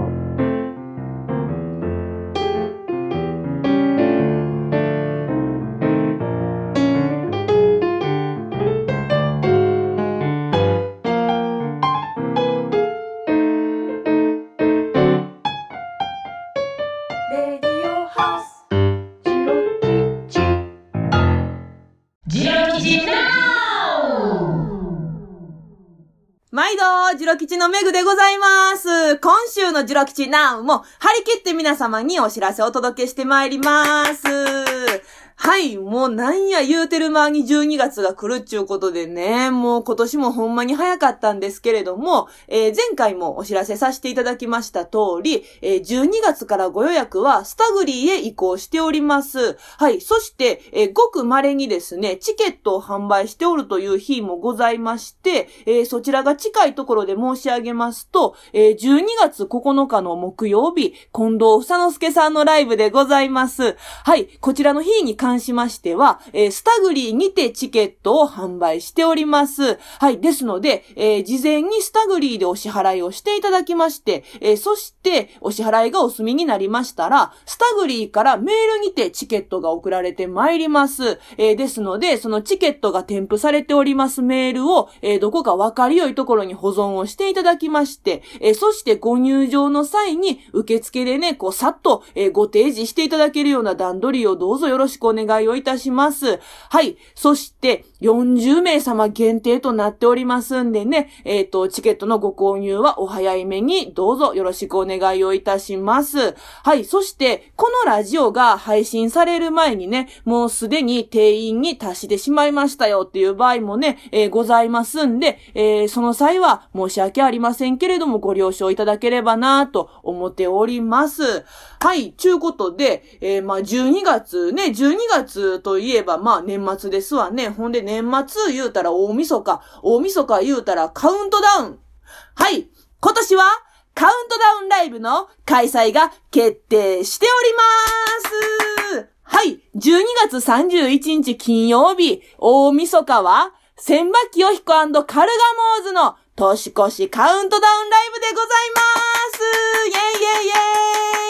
毎度、ジロ吉のメグでございます。今週のジロ吉ナウも張り切って皆様にお知らせをお届けしてまいります。はい、もうなんや言うてる間にじゅうにがつが来るっちゅうことでね、もう今年もほんまに早かったんですけれども、えー、前回もお知らせさせていただきました通り、えー、じゅうにがつからご予約はスタグリーへ移行しております。はい、そして、えー、ごく稀にですね、チケットを販売しておるという日もございまして、えー、そちらが近いところで申し上げますと、えー、じゅうにがつここのかの木曜日、近藤房之助さんのライブでございます。はい、こちらの日に関しましては、えー、スタグリーにてチケットを販売しております。はい。ですので、えー、事前にスタグリーでお支払いをしていただきまして、えー、そしてお支払いがお済みになりましたら、スタグリーからメールにてチケットが送られてまいります。えー、ですので、そのチケットが添付されておりますメールを、えー、どこかわかりよいところに保存をしていただきまして、えー、そしてご入場の際に受付でね、こうさっと、えー、ご提示していただけるような段取りをどうぞよろしくお願いをいたします。はい。そして、よんじゅうめいさま限定となっておりますんでね、えっと、チケットのご購入はお早いめにどうぞよろしくお願いをいたします。はい。そして、このラジオが配信される前にね、もうすでに定員に達してしまいましたよっていう場合もね、えー、ございますんで、えー、その際は申し訳ありませんけれどもご了承いただければなと思っております。はい。ちゅうことで、えー、まあ、じゅうにがつね、じゅうにがつといえば、まあ、年末ですわね。ほんで、年末言うたら大晦日。大晦日言うたらカウントダウン。はい。今年は、カウントダウンライブの開催が決定しております。はい。じゅうにがつさんじゅういちにち金曜日、大晦日は、千葉清彦&カルガモーズの年越しカウントダウンライブでございます。イェイイェイイェイ。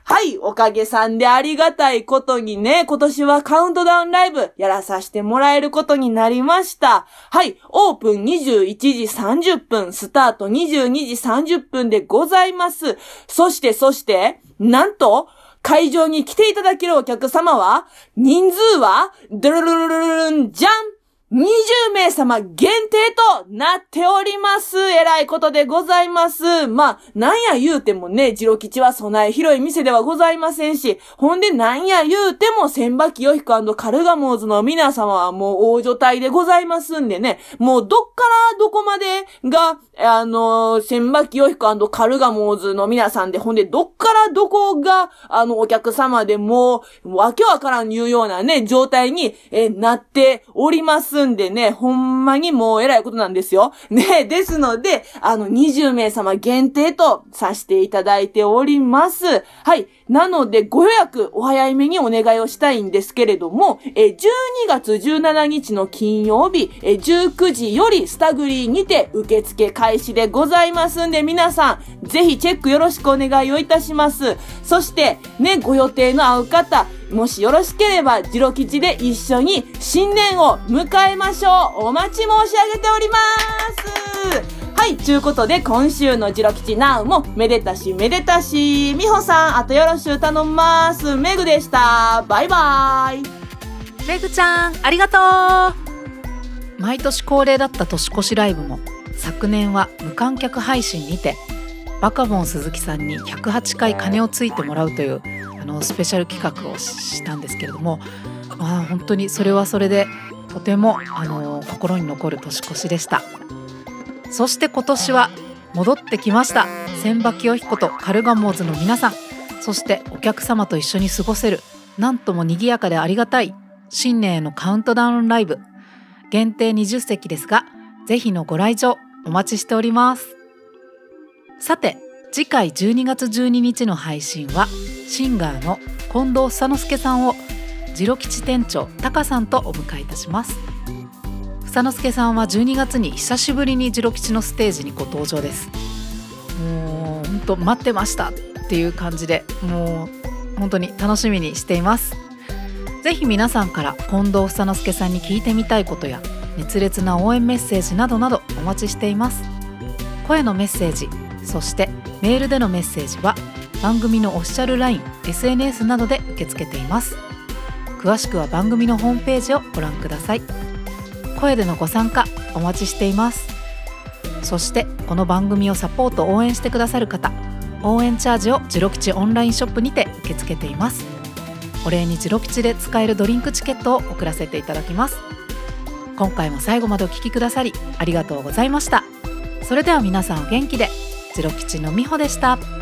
はい、おかげさんでありがたいことにね、今年はカウントダウンライブやらさせてもらえることになりました。はい、オープンにじゅういちじさんじゅっぷん、スタートにじゅうにじさんじゅっぷんでございます。そしてそして、なんと、会場に来ていただけるお客様は、人数は、ドゥルルルルルルン、じゃんにじゅうめいさま限定となっております。えらいことでございます。まあ、なんや言うてもね、ジロ吉は備え広い店ではございませんし、ほんでなんや言うても千葉清彦&カルガモーズの皆様はもう大所帯でございますんでね、もうどっからどこまでが、あの、千葉清彦&カルガモーズの皆さんで、ほんでどっからどこが、あの、お客様でもう、わけわからん言うようなね、状態に、え、なっております。んでね、ほんまにもう偉いことなんですよ。ね、ですので、あの、にじゅうめいさま限定とさせていただいております。はい。なので、ご予約お早めにお願いをしたいんですけれども、え、じゅうにがつじゅうしちにちの金曜日、え、じゅうくじよりスタグリーにて受付開始でございますんで、皆さん、ぜひチェックよろしくお願いをいたします。そして、ね、ご予定の合う方、もしよろしければ、ジロ吉で一緒に新年を迎えましょう。お待ち申し上げております。はい、ということで、今週のジロ吉ナウも、めでたしめでたし。みほさん、あとよろしゅう頼んます。めぐでした。バイバイ。 めぐちゃん、ありがとう。毎年恒例だった年越しライブも、昨年は無観客配信にて、バカボン鈴木さんにひゃくはちかい鐘をついてもらうというあのスペシャル企画をしたんですけれども、まあ、本当にそれはそれでとてもあの心に残る年越しでした。そして今年は戻ってきました。千葉清彦とカルガモーズの皆さん、そしてお客様と一緒に過ごせる、なんとも賑やかでありがたい新年へのカウントダウンライブ、限定にじゅっせきですが、ぜひのご来場お待ちしております。さて、次回じゅうにがつじゅうににちの配信はシンガーの近藤房之助さんをジロ吉店長タカさんとお迎えいたします。房之助さんはじゅうにがつに久しぶりにジロ吉のステージにご登場です。もう本当待ってましたっていう感じで、もう本当に楽しみにしています。ぜひ皆さんから近藤房之助さんに聞いてみたいことや熱烈な応援メッセージなどなどお待ちしています。声のメッセージ、そしてメールでのメッセージは番組のオフィシャル ライン、エスエヌエス などで受け付けています。詳しくは番組のホームページをご覧ください。声でのご参加お待ちしています。そしてこの番組をサポート応援してくださる方、応援チャージをジロ吉オンラインショップにて受け付けています。お礼にジロ吉で使えるドリンクチケットを送らせていただきます。今回も最後までお聞きくださりありがとうございました。それでは皆さんお元気で。ジロ吉のみほでした。